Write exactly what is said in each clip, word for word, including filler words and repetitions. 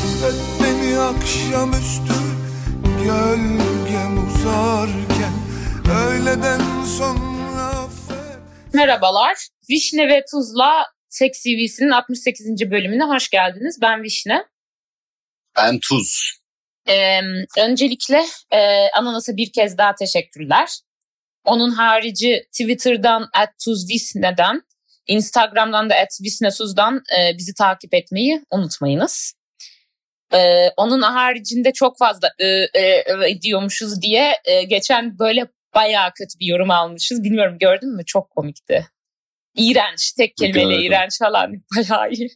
Affet beni akşamüstü gölgem uzarken, öğleden sonra affet. Merhabalar, Vişne ve Tuz'la Seks T V'sinin altmış sekizinci bölümüne hoş geldiniz. Ben Vişne. Ben Tuz. Ee, öncelikle e, Ananas'a bir kez daha teşekkürler. Onun harici Twitter'dan at tuzvisne'den, Instagram'dan da at visnesuz'dan e, bizi takip etmeyi unutmayınız. E, onun haricinde çok fazla e, e, e, diyormuşuz diye e, geçen böyle bayağı kötü bir yorum almışız. Bilmiyorum, gördün mü? Çok komikti. İğrenç. Tek kelimeyle Gördüm. iğrenç falan. Bayağı iyi.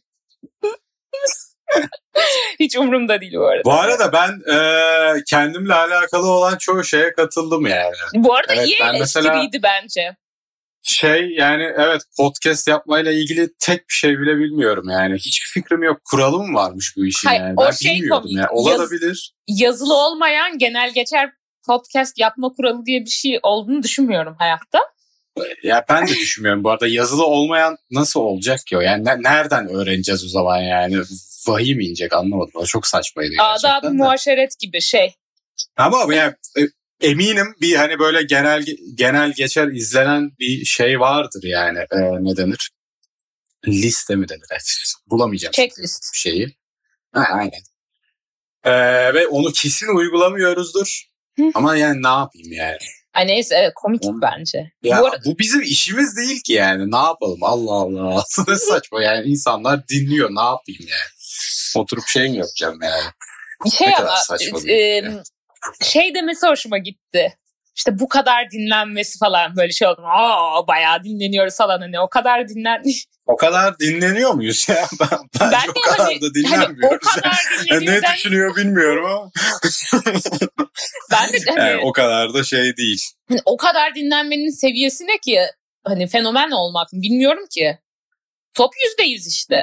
Hiç umurumda değil bu arada. Bu arada ben e, kendimle alakalı olan çoğu şeye katıldım yani. Bu arada Evet, iyi ben mesela- eleştiriydi bence. Şey yani evet, podcast yapmayla ilgili tek bir şey bile bilmiyorum yani. Hiçbir fikrim yok. Kuralı mı varmış bu işin Hayır, yani? o Ben şey bilmiyordum komik. ya. Olabilir. Yazılı olmayan genel geçer podcast yapma kuralı diye bir şey olduğunu düşünmüyorum hayatta. Ya ben de düşünmüyorum. Bu arada yazılı olmayan nasıl olacak ki o? Yani ne- nereden öğreneceğiz o zaman yani? Vahiy mi inecek, anlamadım. O çok saçmaydı gerçekten. Adab-ı de. muaşeret gibi şey. Ama yani e, eminim bir hani böyle genel genel geçer izlenen bir şey vardır yani. E, ne denir? Liste mi denir? Evet, bulamayacağım Checklist. bir şeyi. Ha, aynen. E, ve onu kesin uygulamıyoruzdur. Hı. Ama yani ne yapayım yani? Ay neyse, evet, komik Hı. bence. Ya Bu bu, arada, bizim işimiz değil ki yani. Ne yapalım? Allah Allah. Ne saçma yani. İnsanlar dinliyor. Ne yapayım yani? Oturup şey mi yapacağım yani? şey ne kadar ama saçma bir e, şey. şey demesi hoşuma gitti. İşte bu kadar dinlenmesi falan, böyle şey oldu. Aa, bayağı dinleniyoruz falan, hani o kadar dinlen. O kadar dinleniyor muyuz ya? Ben, bence Ben de o kadar hani- da dinlenmiyoruz. Hani o kadar Yani dinleniyor. ne Ben, düşünüyor bilmiyorum ama. ben de hani, Yani o kadar da şey değil. hani o kadar dinlenmenin seviyesi ne ki? Hani fenomen olmak mı? Bilmiyorum ki. Top yüzdeyiz işte.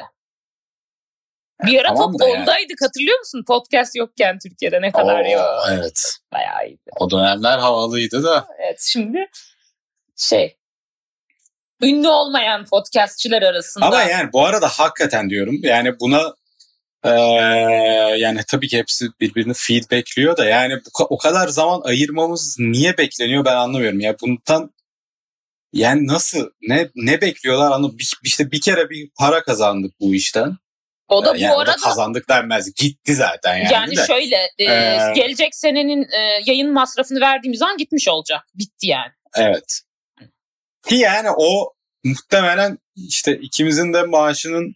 Bir ara Tamam top da yani. ondaydık, hatırlıyor musun? Podcast yokken Türkiye'de ne kadar Oo, ya. evet. Bayağı iyiydi. O dönemler havalıydı da. Evet, şimdi şey, ünlü olmayan podcastçılar arasında. Ama yani bu arada hakikaten diyorum. Yani buna Ee, yani tabii ki hepsi birbirini feedbackliyor da yani bu, o kadar zaman ayırmamız niye bekleniyor ben anlamıyorum. Yani bundan yani nasıl ne ne bekliyorlar anlamıyorum. İşte bir kere bir para kazandık bu işten. O da Ee, yani bu o da arada kazandık denmez. Gitti zaten yani. yani de. şöyle e, Ee, gelecek senenin e, yayın masrafını verdiğimiz zaman gitmiş olacak. Bitti yani. Evet. Ki yani o muhtemelen işte ikimizin de maaşının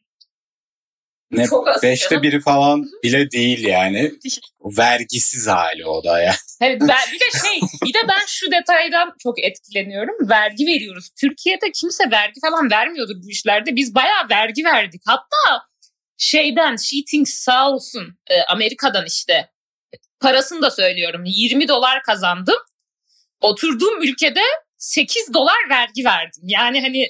ne Çok az beşte canım. biri falan bile değil yani. Vergisiz hali o da yani. Evet, ben, bir de şey, bir de ben şu detaydan çok etkileniyorum. Vergi veriyoruz. Türkiye'de kimse vergi falan vermiyordur bu işlerde. Biz bayağı vergi verdik. Hatta şeyden, cheating sağ olsun, e, Amerika'dan işte. Parasını da söylüyorum. yirmi dolar kazandım. Oturduğum ülkede sekiz dolar vergi verdim. Yani hani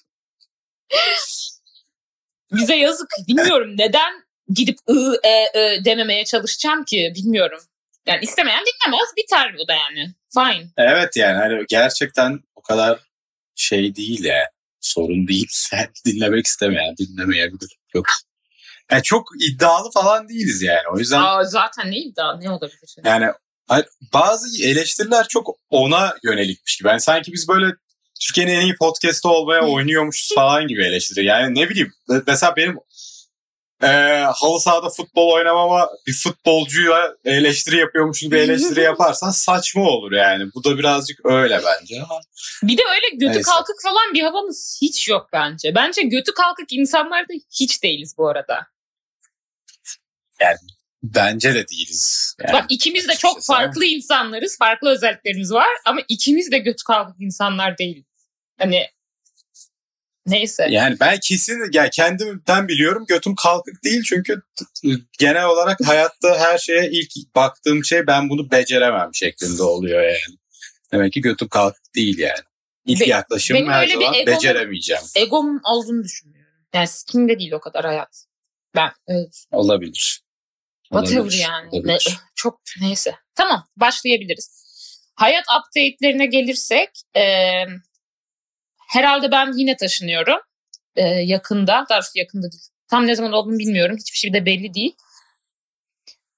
bize yazık. Bilmiyorum neden gidip ı e, e, dememeye çalışacağım ki, bilmiyorum. Yani istemeyen dinlemez, biter o da yani. Fine. Evet yani hani gerçekten o kadar şey değil ya. Sorun değil. Sen dinlemek istemeyen dinlemeyebilir. Yok. Yani çok iddialı falan değiliz yani. O yüzden Aa, zaten ne iddia, ne olabilir? yani hayır, bazı eleştiriler çok ona yönelikmiş gibi. Yani sanki biz böyle Türkiye'nin en iyi podcast'ı olmaya oynuyormuşuz falan gibi eleştiri. Yani ne bileyim mesela benim e, halı sahada futbol oynamama bir futbolcuya eleştiri yapıyormuş gibi eleştiri yaparsan saçma olur yani. Bu da birazcık öyle bence ama. Bir de öyle götü Neyse. kalkık falan bir havamız hiç yok bence. Bence götü kalkık insanlar da hiç değiliz bu arada. Yani bence de değiliz. Yani, Bak, ikimiz de çok açıkçası. farklı insanlarız. Farklı özelliklerimiz var ama ikimiz de götü kalkık insanlar değiliz. Hani neyse. Yani ben kesin yani kendimden biliyorum götüm kalkık değil çünkü genel olarak hayatta her şeye ilk baktığım şey ben bunu beceremem şeklinde oluyor yani. Demek ki götüm kalkık değil yani. İlk Be- yaklaşım benim her öyle bir zaman egom- beceremeyeceğim. Egom olduğunu düşünmüyorum. Yani kimde değil o kadar hayat. Ben evet. Olabilir. Whatever Olabilir. yani. Ne, Olabilir. çok neyse. Tamam, başlayabiliriz. Hayat update'lerine gelirsek e, herhalde ben yine taşınıyorum. E, yakında. Daha doğrusu yakında değil. Tam ne zaman olduğunu bilmiyorum. Hiçbir şey de belli değil.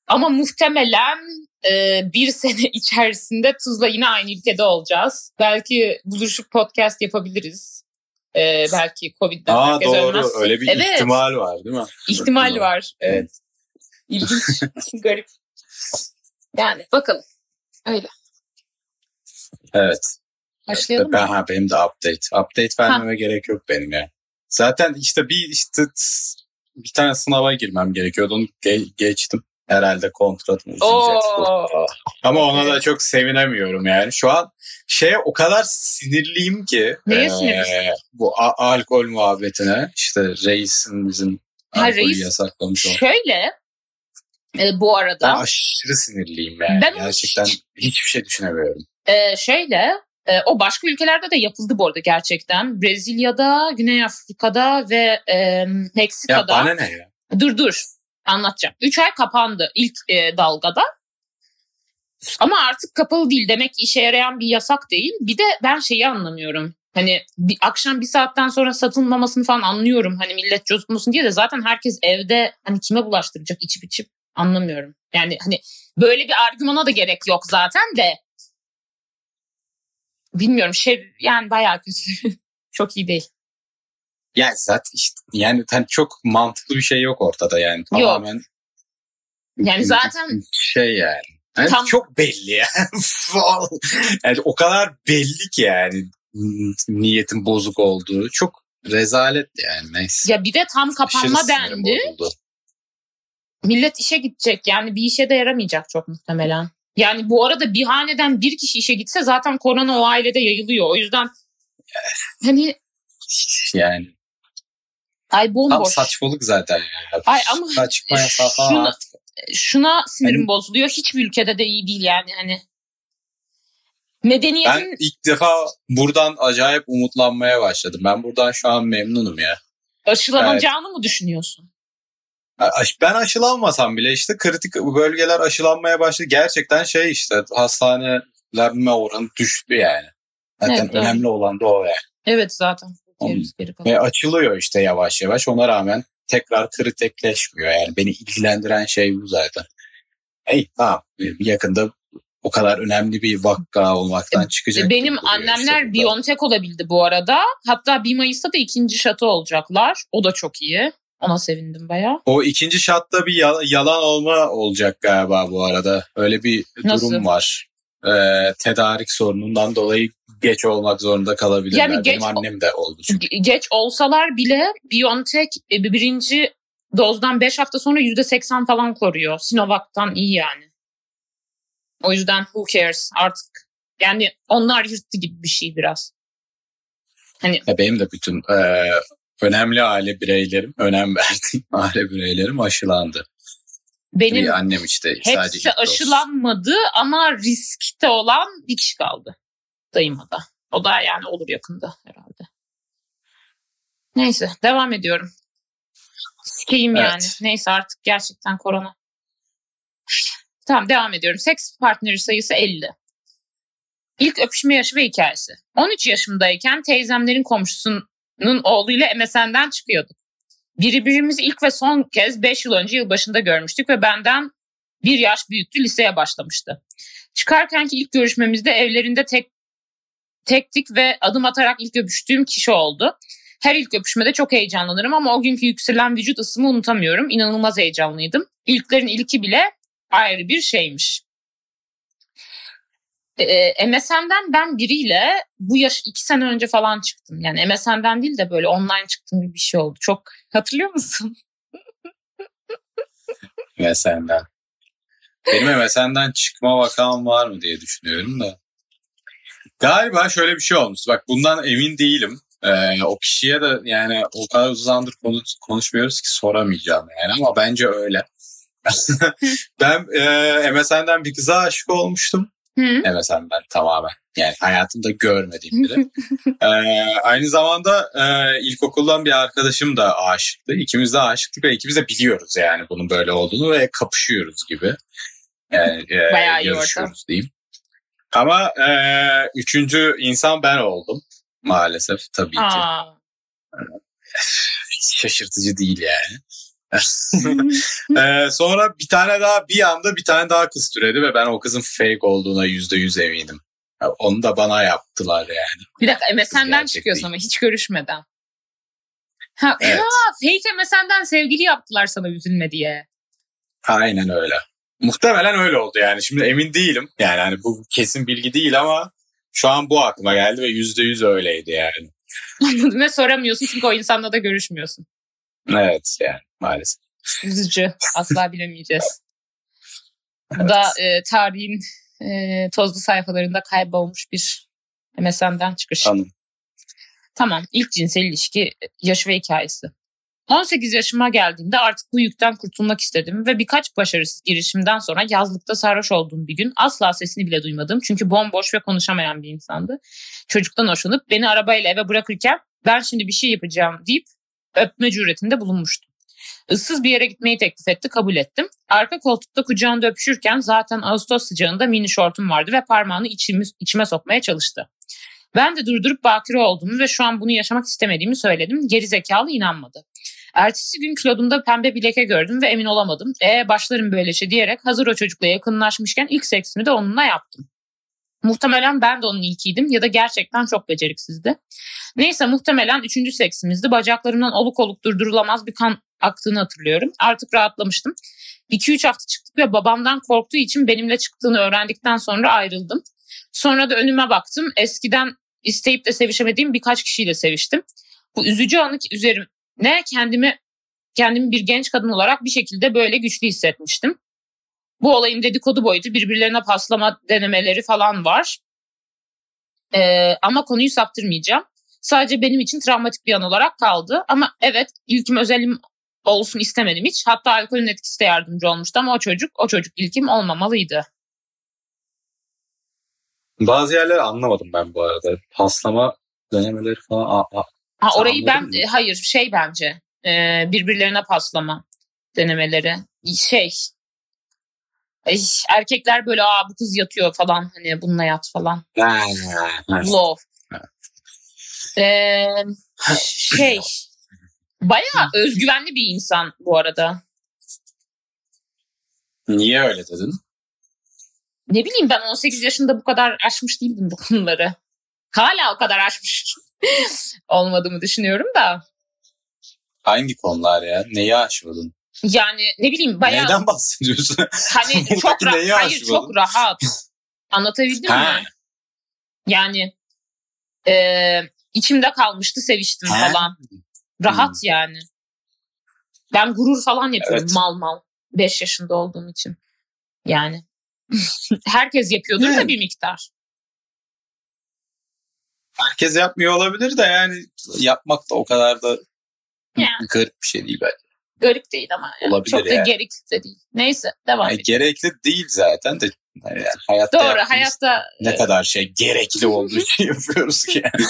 Ama muhtemelen e, bir sene içerisinde Tuz'la yine aynı ülkede olacağız. Belki buluşup podcast yapabiliriz. E, belki Covid'den Aa, herkes doğru. ölmez. Öyle bir evet. ihtimal var değil mi? İhtimal var. Evet. İlginç. Garip. Yani bakalım. Öyle. Evet. Başlayalım ben, mı? ha, benim de update. Update vermeme ha. gerek yok benim ya. Zaten işte bir işte bir tane sınava girmem gerekiyordu. Onu ge- geçtim. Herhalde kontratım uzayacak. Ama ona da çok sevinemiyorum yani. Şu an şeye o kadar sinirliyim ki. Neye e, sinirlisin? Bu a- alkol muhabbetine. İşte reisin bizim ha, alkolü reis, yasaklamış oldu. Şöyle e, bu arada. Ben aşırı sinirliyim yani. Ben gerçekten hiç, hiçbir şey düşünemiyorum. E, şöyle e, o başka ülkelerde de yapıldı bu arada gerçekten. Brezilya'da, Güney Afrika'da ve e, Meksika'da. Ya bana ne ya? Dur dur anlatacağım. Üç ay kapandı ilk e, dalgada. Ama artık kapalı değil. Demek ki işe yarayan bir yasak değil. Bir de ben şeyi anlamıyorum. Hani bir, akşam bir saatten sonra satılmamasını falan anlıyorum. Hani millet coşmasın diye de zaten herkes evde hani kime bulaştıracak içip içip anlamıyorum. Yani hani böyle bir argümana da gerek yok zaten de. Bilmiyorum şey yani bayağı kötü. Çok iyi değil. Yani zaten işte yani hani çok mantıklı bir şey yok ortada yani. Tamamen yok. Yani zaten şey yani. Yani tam... Çok belli yani. Yani o kadar belli ki yani niyetin bozuk olduğu. Çok rezalet yani neyse. Ya bir de tam kapanma dendi. Millet işe gidecek yani bir işe de yaramayacak çok muhtemelen. Yani bu arada bir haneden bir kişi işe gitse zaten korona o ailede yayılıyor. O yüzden hani yani ay bomboş. Tam saçmalık zaten ya. Ay ama saçma şuna, artık. şuna sinirim hani, bozuluyor. Hiçbir ülkede de iyi değil yani hani. Medeniyetin... Ben ilk defa buradan acayip umutlanmaya başladım. Ben buradan şu an memnunum ya. Aşılanacağını evet. mı düşünüyorsun? Ben aşılanmasam bile işte kritik bölgeler aşılanmaya başladı. Gerçekten şey işte hastanelenme oranı düştü yani. Zaten evet, önemli öyle. olan da o yani. Evet zaten. Ve açılıyor işte yavaş yavaş. Ona rağmen tekrar kritikleşmiyor. Yani beni ilgilendiren şey bu zaten. Hey, tamam yakında o kadar önemli bir vaka olmaktan çıkacak. Benim annemler BioNTech olabildi bu arada. Hatta bir Mayıs'ta da ikinci şatı olacaklar. O da çok iyi. Ona sevindim bayağı. O ikinci şatta bir yalan olma olacak galiba bu arada. Öyle bir Nasıl? durum var. Ee, tedarik sorunundan dolayı geç olmak zorunda kalabilirler. Yani geç, Benim annem de oldu çünkü. Geç olsalar bile BioNTech birinci dozdan beş hafta sonra yüzde seksen falan koruyor. Sinovac'tan iyi yani. O yüzden who cares artık. Yani onlar yırttı gibi bir şey biraz. Hani ya benim de bütün e, önemli aile bireylerim, önem verdiğim aile bireylerim aşılandı. Benim bir annem işte hepsi aşılanmadı ama riskte olan bir kişi kaldı. Dayıma da. O da yani olur yakında herhalde. Neyse devam ediyorum. Sikeyim evet. yani. Neyse artık gerçekten korona. Tamam devam ediyorum. Seks partneri sayısı elli. İlk öpüşme yaşı ve hikayesi. on üç yaşımdayken teyzemlerin komşusunun oğluyla M S N'den çıkıyorduk. Birbirimizi ilk ve son kez beş yıl önce yılbaşında görmüştük ve benden bir yaş büyüktü, liseye başlamıştı. Çıkarkenki ilk görüşmemizde evlerinde tek tektik ve adım atarak ilk öpüştüğüm kişi oldu. Her ilk öpüşmede çok heyecanlanırım ama o günkü yükselen vücut ısımı unutamıyorum. İnanılmaz heyecanlıydım. İlklerin ilki bile ayrı bir şeymiş. Ee, M S N'den ben biriyle bu yaş iki sene önce falan çıktım. Yani M S N'den değil de böyle online çıktım gibi bir şey oldu. Çok hatırlıyor musun? M S N'den. Benim M S N'den çıkma vakam var mı diye düşünüyorum da. Galiba şöyle bir şey olmuş. Bak bundan emin değilim. Ee, o kişiye de yani o kadar uzun zamandır konuşmuyoruz ki soramayacağım yani ama bence öyle. Ben e, M S N'den bir kıza aşık olmuştum. Hı. M S N'den tamamen. Yani hayatımda görmediğim biri. ee, aynı zamanda e, ilkokuldan bir arkadaşım da aşıktı. İkimiz de aşıktık ve ikimiz de biliyoruz yani bunun böyle olduğunu ve kapışıyoruz gibi. Yani, e, bayağı iyi yarışıyoruz diyeyim. Ama e, üçüncü insan ben oldum maalesef tabii ki. Aa. Şaşırtıcı değil yani. ee, sonra bir tane daha bir anda bir tane daha kız türedi ve ben o kızın fake olduğuna yüzde yüz eminim. Onu da bana yaptılar yani. Bir dakika M S N'den çıkıyorsun ama hiç görüşmeden. Ha, evet. Ha, fake M S N'den sevgili yaptılar sana üzülme diye. Aynen öyle. Muhtemelen öyle oldu yani. Şimdi emin değilim. Yani hani bu kesin bilgi değil ama şu an bu aklıma geldi ve yüzde yüz öyleydi yani. Anladım ve soramıyorsun çünkü o insanla da görüşmüyorsun. Evet yani maalesef. Üzücü. Asla bilemeyeceğiz. Evet. Bu da e, tarihin e, tozlu sayfalarında kaybolmuş bir M S N'den çıkış. Anladım. Tamam. İlk cinsel ilişki yaşı ve hikayesi. on sekiz yaşıma geldiğimde artık bu yükten kurtulmak istedim ve birkaç başarısız girişimden sonra yazlıkta sarhoş olduğum bir gün asla sesini bile duymadım. Çünkü bomboş ve konuşamayan bir insandı. Çocuktan hoşlanıp beni arabayla eve bırakırken ben şimdi bir şey yapacağım deyip öpme cüretinde bulunmuştu. Issız bir yere gitmeyi teklif etti, kabul ettim. Arka koltukta kucağında öpüşürken zaten Ağustos sıcağında mini şortum vardı ve parmağını içimi, içime sokmaya çalıştı. Ben de durdurup bakire olduğumu ve şu an bunu yaşamak istemediğimi söyledim. Gerizekalı inanmadı. Ertesi gün kilodumda pembe bir leke gördüm ve emin olamadım. E başlarım böyle şey diyerek hazır o çocukla yakınlaşmışken ilk seksimi de onunla yaptım. Muhtemelen ben de onun ilkiydim ya da gerçekten çok beceriksizdi. Neyse muhtemelen üçüncü seksimizdi. Bacaklarımdan oluk oluk durdurulamaz bir kan aktığını hatırlıyorum. Artık rahatlamıştım. iki üç hafta çıktık ve babamdan korktuğu için benimle çıktığını öğrendikten sonra ayrıldım. Sonra da önüme baktım. Eskiden isteyip de sevişemediğim birkaç kişiyle seviştim. Bu üzücü anı üzerine kendimi, kendimi bir genç kadın olarak bir şekilde böyle güçlü hissetmiştim. Bu olayın dedikodu boyutu birbirlerine paslama denemeleri falan var. Ee, ama konuyu saptırmayacağım. Sadece benim için travmatik bir an olarak kaldı. Ama evet ilkim özelim olsun istemedim hiç. Hatta alkolün etkisi de yardımcı olmuştu ama o çocuk, o çocuk ilkim olmamalıydı. Bazı yerleri anlamadım ben bu arada. Paslama denemeleri falan. Aa, aa. Ha, orayı ben mı? Hayır şey bence e, birbirlerine paslama denemeleri şey e, erkekler böyle aa bu kız yatıyor falan hani bununla yat falan. Love. Ee, şey bayağı özgüvenli bir insan bu arada. Niye öyle dedin? Ne bileyim ben on sekiz yaşında bu kadar aşmış değildim bu konuları. Hala o kadar aşmış olmadığımı düşünüyorum da. Hangi konular ya? Neyi aşmadın? Yani ne bileyim bayağı. Neyden bahsediyorsun? Hani çok rahat. Hayır çok rahat. Anlatabildim mi? Yani e, içimde kalmıştı seviştim ha. falan. Rahat hmm. yani. Ben gurur falan yapıyorum evet. mal mal. beş yaşında olduğum için. Yani. Herkes yapıyordur da bir miktar. Herkes yapmıyor olabilir de yani yapmak da o kadar da yani. Garip bir şey değil bence. Garip değil ama yani. Çok da yani. Gerekli de değil. Neyse devam yani edelim. Gerekli değil zaten de yani hayatta doğru hayatta ne e... kadar şey gerekli olduğu için yapıyoruz ki yani.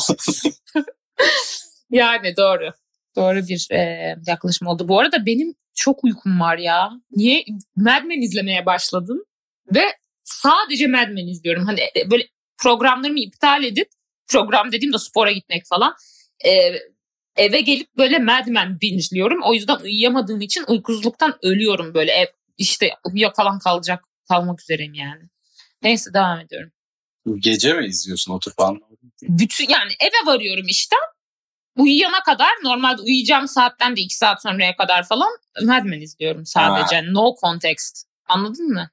Yani doğru. Doğru bir e, yaklaşım oldu. Bu arada benim çok uykum var ya. Niye? Mad Men izlemeye başladım. Ve sadece Mad Men izliyorum. Hani böyle programlarımı iptal edip program dediğimde spora gitmek falan. E, eve gelip böyle Mad Men binge'liyorum. O yüzden uyuyamadığım için uykusuzluktan ölüyorum böyle. Ev, işte uyuya falan kalacak kalmak üzereyim yani. Neyse devam ediyorum. Gece mi izliyorsun oturup anlamadım. Bütün yani eve varıyorum işte. Uyuyana kadar normalde uyuyacağım saatten de iki saat sonraya kadar falan Mad Men izliyorum sadece. Ha. No context. Anladın mı?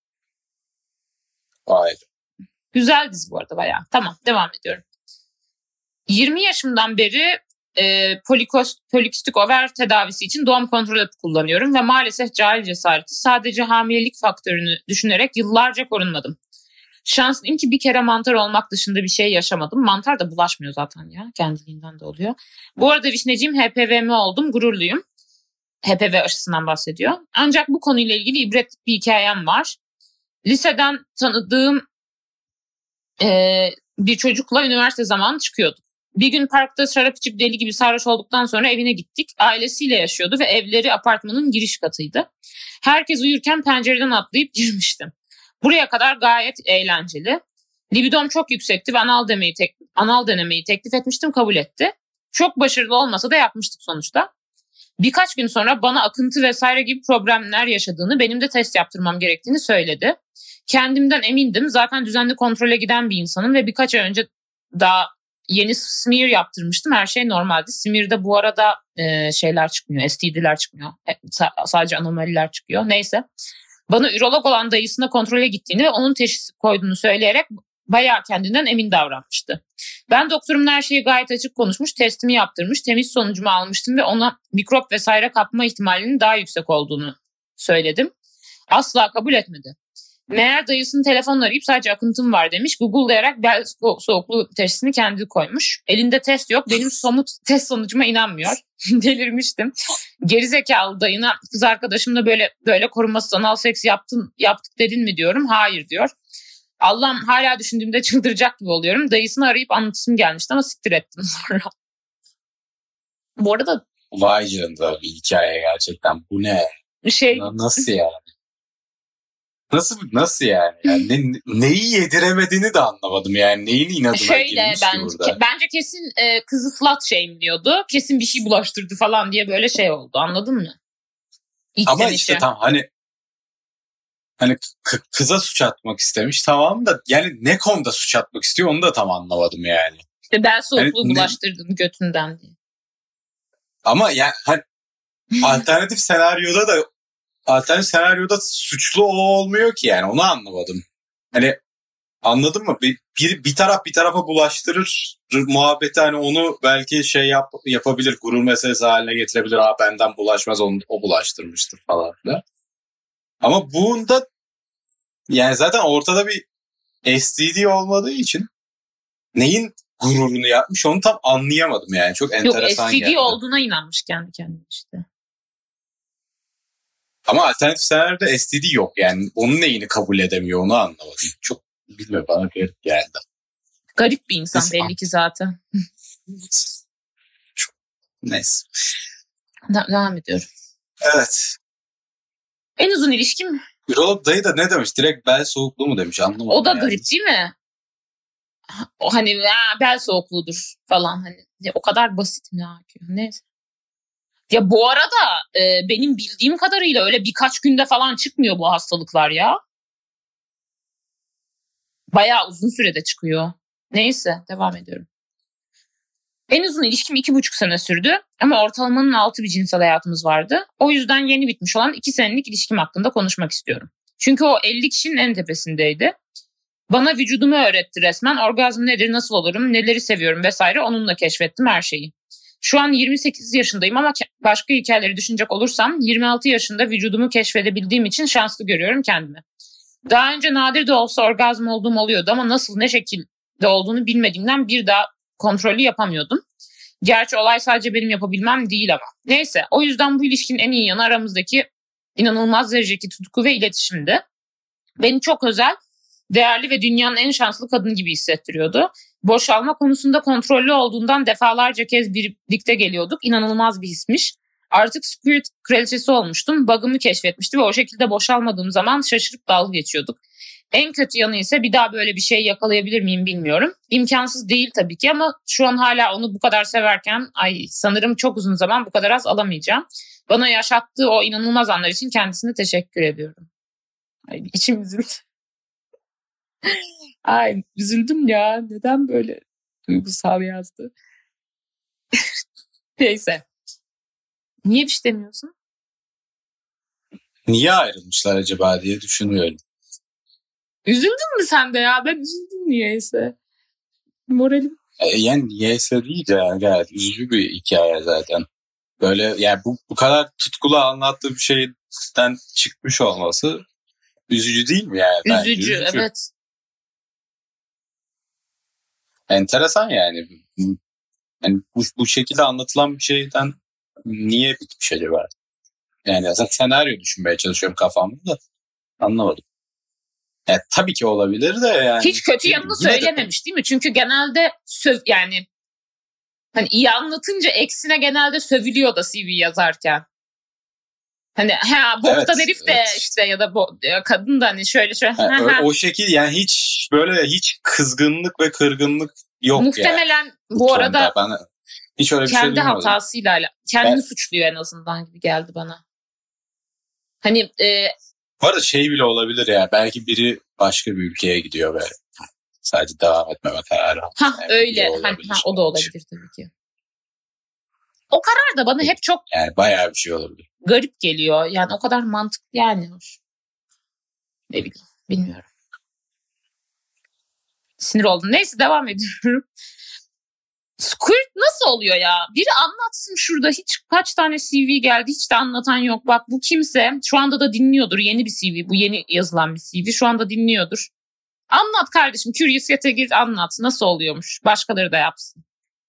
Hayır. Güzel dizi bu arada bayağı. Tamam devam ediyorum. yirmi yaşımdan beri e, polikost, polikistik over tedavisi için doğum kontrol hapı kullanıyorum ve maalesef cahil cesareti sadece hamilelik faktörünü düşünerek yıllarca korunmadım. Şanslıyım ki bir kere mantar olmak dışında bir şey yaşamadım. Mantar da bulaşmıyor zaten ya. Kendiliğinden de oluyor. Bu arada Vişneciğim H P V M oldum. Gururluyum. H P V aşısından bahsediyor. Ancak bu konuyla ilgili ibretlik bir hikayem var. Liseden tanıdığım e, bir çocukla üniversite zamanı çıkıyorduk. Bir gün parkta şarap içip deli gibi sarhoş olduktan sonra evine gittik. Ailesiyle yaşıyordu ve evleri apartmanın giriş katıydı. Herkes uyurken pencereden atlayıp girmiştim. Buraya kadar gayet eğlenceli. Libidom çok yüksekti ve anal denemeyi, tek- anal denemeyi teklif etmiştim, kabul etti. Çok başarılı olmasa da yapmıştık sonuçta. Birkaç gün sonra bana akıntı vesaire gibi problemler yaşadığını, benim de test yaptırmam gerektiğini söyledi. Kendimden emindim. Zaten düzenli kontrole giden bir insanım ve birkaç ay önce daha yeni smear yaptırmıştım. Her şey normaldi. Smear'da bu arada e, şeyler çıkmıyor. S T D'ler çıkmıyor. E, sadece anomaliler çıkıyor. Neyse. Bana ürolog olan dayısına kontrole gittiğini ve onun teşhisi koyduğunu söyleyerek bayağı kendinden emin davranmıştı. Ben doktorumla her şeyi gayet açık konuşmuş, testimi yaptırmış, temiz sonucumu almıştım ve ona mikrop vesaire kapma ihtimalinin daha yüksek olduğunu söyledim. Asla kabul etmedi. Meğer dayısının telefonla arayıp sadece akıntım var demiş. Google'layarak bel soğukluğu testini kendi koymuş. Elinde test yok. Benim somut test sonucuma inanmıyor. Delirmiştim. Gerizekalı dayına kız arkadaşımla böyle böyle korumasız anal seks yaptın, yaptık dedin mi diyorum. Hayır diyor. Allah'ım hala düşündüğümde çıldıracak gibi oluyorum. Dayısını arayıp anlatısım gelmişti ama siktir ettim sonra. Bu arada... Vay canına bir hikaye gerçekten. Bu ne? Şey... Nasıl yani? Nasıl nasıl yani? yani ne, neyi yediremediğini de anlamadım yani. Neyin inadına Şöyle, girmiş ben, ki burada? Ke, bence kesin e, kızı slut shame'liyordu. Kesin bir şey bulaştırdı falan diye böyle şey oldu. Anladın mı? İlk Ama denişe. işte tam hani hani k- kıza suç atmak istemiş tamam da yani ne konuda suç atmak istiyor onu da tam anlamadım yani. İşte bel soğukluğu yani, bulaştırdın götünden diye. Ama yani hani alternatif senaryoda da alternatif senaryoda suçlu o olmuyor ki yani onu anlamadım. Hani anladın mı? Bir, bir, bir taraf bir tarafa bulaştırır muhabbeti hani onu belki şey yap, yapabilir gurur meselesi haline getirebilir. Aa benden bulaşmaz onu, o bulaştırmıştır falan filan. Ama bunda yani zaten ortada bir S T D olmadığı için neyin gururunu yapmış onu tam anlayamadım yani. Çok enteresan geldi. Yok S T D olduğuna inanmış kendi kendine işte. Ama alternatif senaryoda S T D yok yani. Onun neyini kabul edemiyor onu anlamadım. Çok bilmiyorum bana garip geldi. Garip bir insan Nasıl? belli ki zaten. Çok, neyse. Devam ediyorum. Evet. En uzun ilişkim. Ürolog dayı da ne demiş? Direkt bel soğukluğu mu demiş anlamadım. O da yani. garip değil mi? O hani ya, bel soğukluğudur falan. Hani ya, o kadar basit mi ya? Neyse. Ya bu arada e, benim bildiğim kadarıyla öyle birkaç günde falan çıkmıyor bu hastalıklar ya. Bayağı uzun sürede çıkıyor. Neyse devam ediyorum. En uzun ilişkim iki buçuk sene sürdü ama ortalamanın altı bir cinsel hayatımız vardı. O yüzden yeni bitmiş olan iki senelik ilişkim hakkında konuşmak istiyorum. Çünkü o elli kişinin en tepesindeydi. Bana vücudumu öğretti resmen. Orgazm nedir, nasıl olurum, neleri seviyorum vesaire onunla keşfettim her şeyi. Şu an yirmi sekiz yaşındayım ama başka hikayeleri düşünecek olursam yirmi altı yaşında vücudumu keşfedebildiğim için şanslı görüyorum kendimi. Daha önce nadir de olsa orgazm olduğum oluyordu ama nasıl ne şekilde olduğunu bilmediğimden bir daha kontrolü yapamıyordum. Gerçi olay sadece benim yapabilmem değil ama. Neyse o yüzden bu ilişkinin en iyi yanı aramızdaki inanılmaz derecedeki tutku ve iletişimdi. Beni çok özel, değerli ve dünyanın en şanslı kadını gibi hissettiriyordu. Boşalma konusunda kontrollü olduğundan defalarca kez birlikte geliyorduk. İnanılmaz bir hismiş. Artık Spirit kraliçesi olmuştum. Bug'ımı keşfetmişti ve o şekilde boşalmadığım zaman şaşırıp dalga geçiyorduk. En kötü yanı ise bir daha böyle bir şey yakalayabilir miyim bilmiyorum. İmkansız değil tabii ki ama şu an hala onu bu kadar severken ay sanırım çok uzun zaman bu kadar az alamayacağım. Bana yaşattığı o inanılmaz anlar için kendisine teşekkür ediyorum. Ay içim üzüldü. Ay üzüldüm ya. Neden böyle duygusal yazdı? Neyse. Niye bir şey demiyorsun? Niye ayrılmışlar acaba diye düşünüyorum. Üzüldün mü sen de ya? Ben üzüldüm niyeyse. Moralim. E, yani niyeyse değil de yani gayet üzücü bir hikaye zaten. Böyle yani bu, bu kadar tutkulu anlattığı bir şeyden çıkmış olması üzücü değil mi yani? Bence Üzücü, üzücü. evet. Enteresan yani. Yani bu, bu şekilde anlatılan bir şeyden niye bitmiş acaba? Yani aslında senaryo düşünmeye çalışıyorum kafamda da anlamadım. Yani tabii ki olabilir de yani. Hiç kötü yanını söylememiş de... değil mi? Çünkü genelde söv yani hani iyi anlatınca eksine genelde sövülüyor da C V yazarken. Hani ha boktan evet, herif de evet. işte ya da bo, kadın da hani şöyle şöyle. Yani o, o şekil yani hiç böyle hiç kızgınlık ve kırgınlık yok muhtemelen yani. bu arada bana... Hiç öyle bir şey Kendi duymadım. hatasıyla ala- kendini Ben- suçluyor en azından gibi geldi bana. Hani e, Bu arada şey bile olabilir ya. Belki biri başka bir ülkeye gidiyor ve sadece devam etmeme kararı almış. ha Yani öyle biri hani, olabilir. ha, o da olabilir tabii ki. O karar da bana hep çok Yani bayağı bir şey olabilir. garip geliyor. Yani o kadar mantıklı yani. Hoş. Ne bileyim. Bilmiyorum. Sinir oldum. Neyse devam ediyorum. Squirt nasıl oluyor ya? Biri anlatsın şurada. Hiç kaç tane C V geldi. Hiç de anlatan yok. Bak bu kimse şu anda da dinliyordur. Yeni bir C V. Bu yeni yazılan bir C V. Şu anda dinliyordur. Anlat kardeşim. Curious gir anlat. Nasıl oluyormuş? Başkaları da yapsın.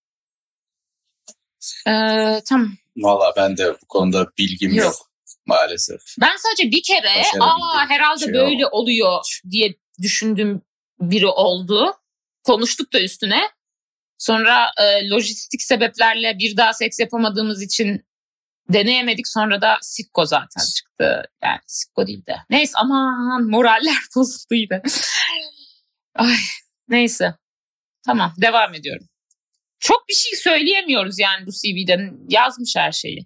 Ee, tamam. Valla ben de bu konuda bilgim yok, Yok. maalesef. Ben sadece bir kere Başarabildiğim aa herhalde şey böyle o. oluyor diye düşündüğüm biri oldu. Konuştuk da üstüne. Sonra e, lojistik sebeplerle bir daha seks yapamadığımız için deneyemedik. Sonra da sikko zaten çıktı. Yani sikko değil de. Neyse aman moraller bozuldu yine. Ay, neyse. Tamam devam ediyorum. Çok bir şey söyleyemiyoruz yani bu C V'den. Yazmış her şeyi.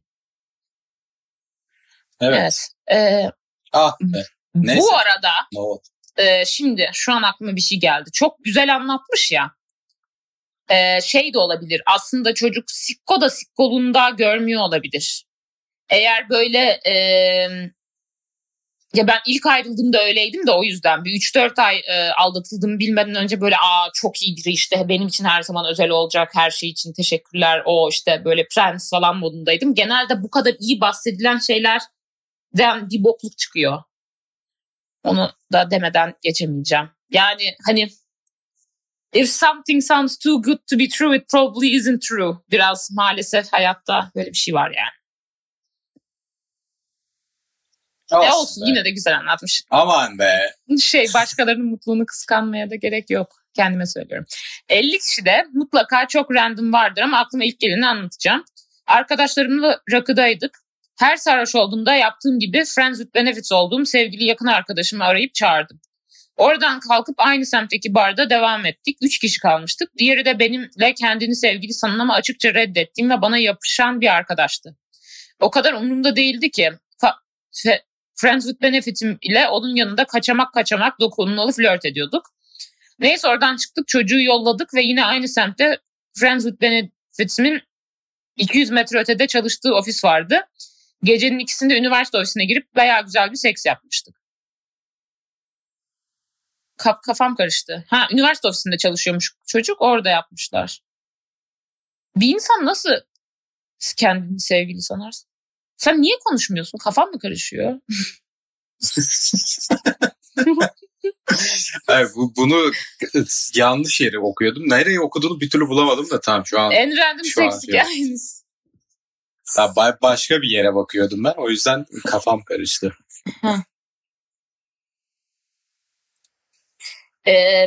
Evet. Evet. Ee, Ah be. Neyse. bu arada No. e, şimdi şu an aklıma bir şey geldi. Çok güzel anlatmış ya. E, şey de olabilir. Aslında çocuk sikko da sikkoluğunda görmüyor olabilir. Eğer böyle e, ya ben ilk ayrıldığımda öyleydim de o yüzden bir üç dört ay e, aldatıldığımı bilmeden önce böyle aa çok iyi biri işte benim için her zaman özel olacak her şey için teşekkürler o işte böyle prens falan modundaydım. Genelde bu kadar iyi bahsedilen şeylerden bir bokluk çıkıyor. Onu da demeden geçemeyeceğim. Yani hani if something sounds too good to be true it probably isn't true. Biraz maalesef hayatta böyle bir şey var yani. Olsun E olsun be. yine de güzel anlatmış. Aman be. Şey başkalarının mutluluğunu kıskanmaya da gerek yok. Kendime söylüyorum. elli kişide mutlaka çok random vardır ama aklıma ilk geleni anlatacağım. Arkadaşlarımla rakıdaydık. Her sarhoş olduğumda yaptığım gibi Friends with Benefits olduğum sevgili yakın arkadaşımı arayıp çağırdım. Oradan kalkıp aynı semtteki barda devam ettik. Üç kişi kalmıştık. Diğeri de benimle kendini sevgili sanan ama açıkça reddettiğim ve bana yapışan bir arkadaştı. O kadar umurumda değildi ki fa- fe- Friends with Benefit'im ile onun yanında kaçamak kaçamak dokunmalı flört ediyorduk. Neyse oradan çıktık çocuğu yolladık ve yine aynı semtte Friends with Benefit'imin iki yüz metre ötede çalıştığı ofis vardı. Gecenin ikisinde üniversite ofisine girip bayağı güzel bir seks yapmıştık. Kaf- kafam karıştı. Ha üniversite ofisinde çalışıyormuş çocuk orada yapmışlar. Bir insan nasıl kendini sevgili sanarsın? Sen niye konuşmuyorsun? Kafan mı karışıyor? Hayır, bu, bunu yanlış yere okuyordum. Nereye okuduğunu bir türlü bulamadım da tamam şu an. En random Şu an seks yok. hikayeniz. Ya, ba- başka bir yere bakıyordum ben. O yüzden kafam karıştı. Ee,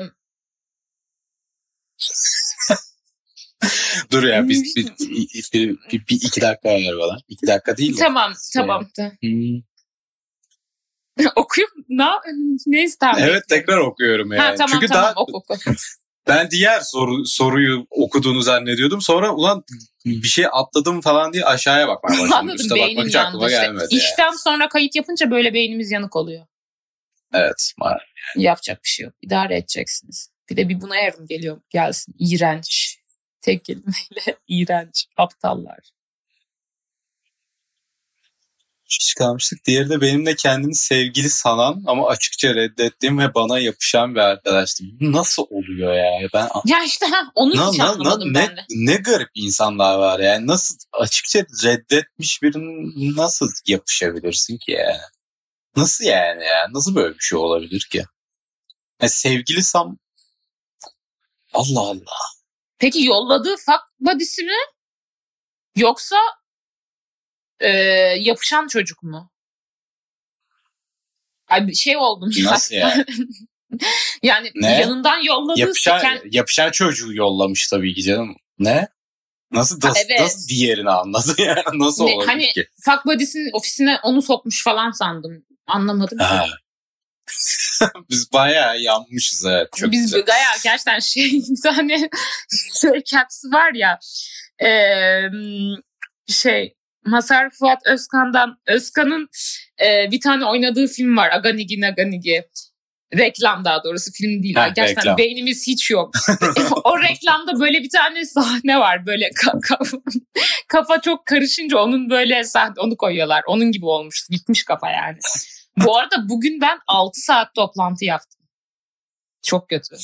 Dur ya biz bir, bir, bir, bir, bir iki dakika ver bana. İki dakika değil mi? tamam tamam. Hmm. Okuyor ne, neyse tamam. Evet tekrar okuyorum yani. Ha, tamam, Çünkü tamam, daha oku, oku. ben diğer soru, soruyu okuduğunu zannediyordum. Sonra ulan bir şey atladım falan diye aşağıya bakmaya başladım. Anladım Üste bakmak beynin hiç aklıma yandı. İşte. gelmedi. İşten yani. sonra kayıt yapınca böyle beynimiz yanık oluyor. Evet. maalesef. Yapacak bir şey yok. İdare edeceksiniz. Bir de bir buna yarım geliyor. Gelsin. İğrenç. Tek kelimeyle iğrenç. Aptallar. Hiç kalmıştık. Diğeri de benimle kendini sevgili sanan ama açıkça reddettiğim ve bana yapışan bir arkadaştı. Bu nasıl oluyor ya? Ben Ya işte ha onu na, hiç na, anlamadım na, ben ne, de. ne garip insanlar var yani. Nasıl açıkça reddetmiş birinin nasıl yapışabilirsin ki yani? Nasıl yani ya? Nasıl böyle bir şey olabilir ki? Yani sevgilisam Allah Allah. Peki yolladığı fuck body'si mi? Yoksa e, yapışan çocuk mu? Ay bir şey oldum. Nasıl yani? Yani Ne? yanından yolladığı Yapışan, siken... yapışan çocuğu yollamış tabii ki canım. Ne? Nasıl, nasıl, evet. nasıl diğerini anladı yani? Nasıl Ne, olabilir hani, ki? fuck body'sinin ofisine onu sokmuş falan sandım. Anlamadım. Ha. Biz bayağı yanmışız evet. Çok Biz güzel. bayağı gerçekten şey bir tane şey caps'i var ya Ee, şey Mazhar Fuat Özkan'dan Özkan'ın e, bir tane oynadığı film var. Aganigi Naganigi. Reklam daha doğrusu, film değil. Ha, Gerçekten reklam. beynimiz hiç yok. O reklamda böyle bir tane sahne var. Böyle ka- kafa, kafa çok karışınca onun böyle sahne, onu koyuyorlar. Onun gibi olmuş. Gitmiş kafa yani. Bu arada bugün ben altı saat toplantı yaptım. Çok kötü.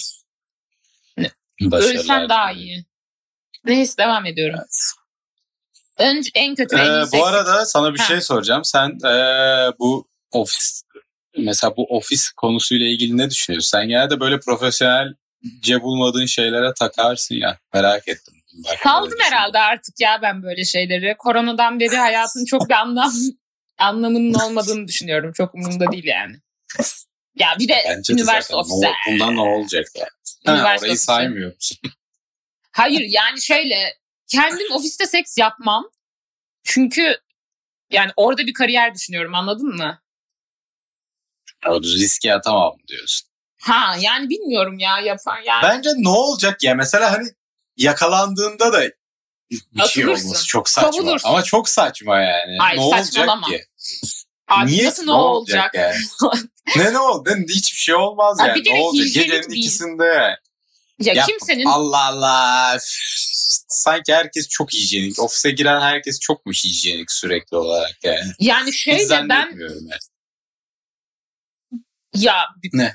Ölsem daha iyi. Neyse devam ediyorum. Evet. Önce en kötü en iyi ee, Bu arada sana bir ha. şey soracağım. Sen ee, bu ofis mesela bu ofis konusuyla ilgili ne düşünüyorsun? Sen genelde böyle profesyonelce bulmadığın şeylere takarsın ya. Merak ettim. Saldım herhalde artık ya ben böyle şeyleri. Koronadan beri hayatın çok bir anlam anlamının olmadığını düşünüyorum. Çok umurumda değil yani. Ya bir de Bence üniversite de ofisi. Bundan ne olacak yani? Ha, orayı ofisi. Saymıyor musun? Hayır yani şöyle, kendim ofiste seks yapmam. Çünkü yani orada bir kariyer düşünüyorum, anladın mı? O riske atamam diyorsun. Ha yani bilmiyorum ya yapan yani. Bence ne olacak ya? Mesela hani yakalandığında da bir şey olması çok saçma. Kovulursun. Ama çok saçma yani. Hayır, ne saçmalama. olacak ki? Abi niye nasıl ne, ne olacak? olacak yani? ne ne oldu? Hiçbir şey olmaz yani. Abi, ne olacak? Gecenin değil. ikisinde. Ya Yap, kimsenin... Allah Allah. Sanki herkes çok hijyenik. Ofise giren herkes çok mu hijyenik sürekli olarak yani? Yani şöyle ben... Yani. Ya... Ne?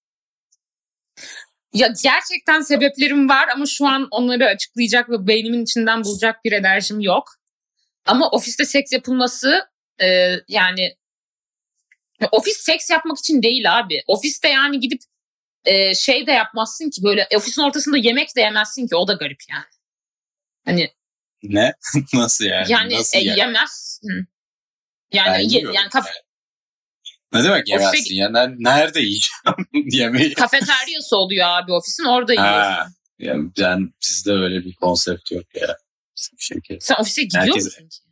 Ya gerçekten sebeplerim var ama şu an onları açıklayacak ve beynimin içinden bulacak bir enerjim yok. Ama ofiste seks yapılması e, yani... Ofis seks yapmak için değil abi. Ofiste yani gidip e, şey de yapmazsın ki, böyle ofisin ortasında yemek de yemezsin ki, o da garip yani. Hani ne? Nasıl yani? Yani, Nasıl e, yani? yemezsin. Yani ye, yani kaf- ne demek yemezsin? Ofise... Yani nerede yiyeceğim yemeği? Kafeteryası oluyor abi ofisin, orada yiyorsun. Yani, yani bizde öyle bir konsept yok ya. Şekilde. Sen ofise gidiyor herkes... musun ki?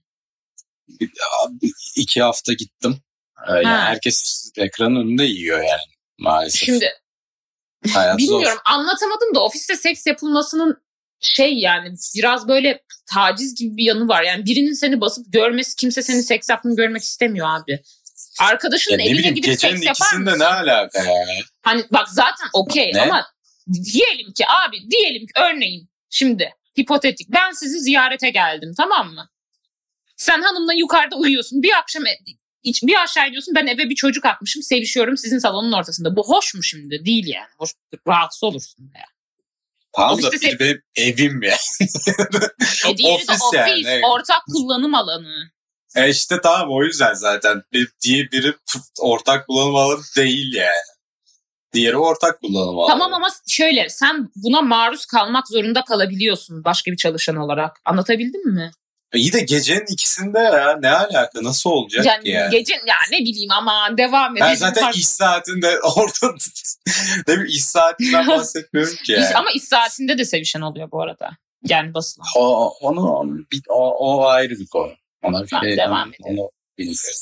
İki hafta gittim. Yani herkes ekranın önünde yiyor yani maalesef. Şimdi Hayat bilmiyorum zor. Anlatamadım da ofiste seks yapılmasının şey yani biraz böyle taciz gibi bir yanı var. Yani birinin seni basıp görmesi, kimse seni seks yaptığını görmek istemiyor abi. Arkadaşının ya eline gidip seks yapar mısın? Gecenin ikisinde ne alaka yani? Hani bak zaten okey ama diyelim ki abi diyelim ki örneğin şimdi hipotetik ben sizi ziyarete geldim, tamam mı? Sen hanımla yukarıda uyuyorsun, bir akşam hiç bir aşağı iniyorsun, ben eve bir çocuk atmışım, sevişiyorum sizin salonun ortasında. Bu hoş mu şimdi? Değil yani. Hoş, rahatsız olursun ya. Tamam da bir se- benim evim ya. E diğeri de ofis, yani. Ortak kullanım alanı. E işte tamam, o yüzden zaten bir, diye biri ortak kullanım alanı değil yani. Diğeri ortak kullanım alanı. Tamam ama şöyle, sen buna maruz kalmak zorunda kalabiliyorsun başka bir çalışan olarak. Anlatabildim mi? İyi de gecenin ikisinde ya, ne alaka, nasıl olacak yani? yani? Gece ya ne bileyim ama devam edelim. Ben zaten iş saatinde orada değil mi, iş saatinden bahsetmiyorum ki yani. İş, ama iş saatinde de sevişen oluyor bu arada. Yani basılan. O, onu, o, o ayrı bir konu. Ona bir ha, şey, devam edelim. Onu bilmiyorum.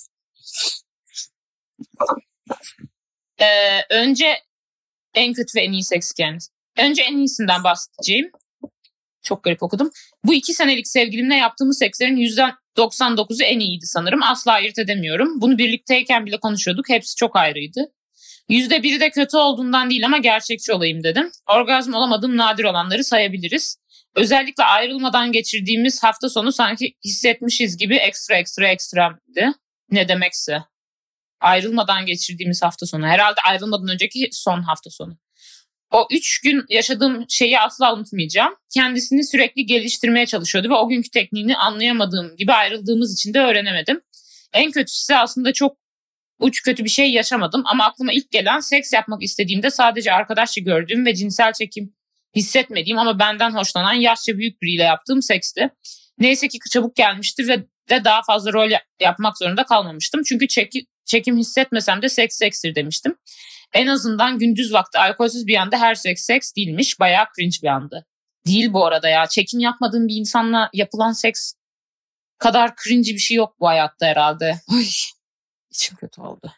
Ee, önce en kötü ve en iyi seks hikayeniz. Önce en iyisinden bahsedeceğim. Çok garip okudum. Bu iki senelik sevgilimle yaptığımız sekslerin yüzde doksan dokuzu en iyiydi sanırım. Asla ayırt edemiyorum. Bunu birlikteyken bile konuşuyorduk. Hepsi çok ayrıydı. yüzde biri de kötü olduğundan değil ama gerçekçi olayım dedim. Orgazm olamadığım nadir olanları sayabiliriz. Özellikle ayrılmadan geçirdiğimiz hafta sonu sanki hissetmişiz gibi ekstra ekstra ekstraydı. Ne demekse. Ayrılmadan geçirdiğimiz hafta sonu. Herhalde ayrılmadan önceki son hafta sonu. O üç gün yaşadığım şeyi asla unutmayacağım. Kendisini sürekli geliştirmeye çalışıyordu ve o günkü tekniğini anlayamadığım gibi ayrıldığımız için de öğrenemedim. En kötüsü aslında çok uç kötü bir şey yaşamadım ama aklıma ilk gelen seks yapmak istediğimde sadece arkadaşça gördüğüm ve cinsel çekim hissetmediğim ama benden hoşlanan yaşça büyük biriyle yaptığım seksti. Neyse ki çabuk gelmişti ve de daha fazla rol yapmak zorunda kalmamıştım. Çünkü çeki, çekim hissetmesem de seks sekstir demiştim. En azından gündüz vakti alkolsüz bir anda her seks seks değilmiş. Bayağı cringe bir andı. Değil bu arada ya. Çekim yapmadığım bir insanla yapılan seks kadar cringe bir şey yok bu hayatta herhalde. Ay, içim kötü oldu.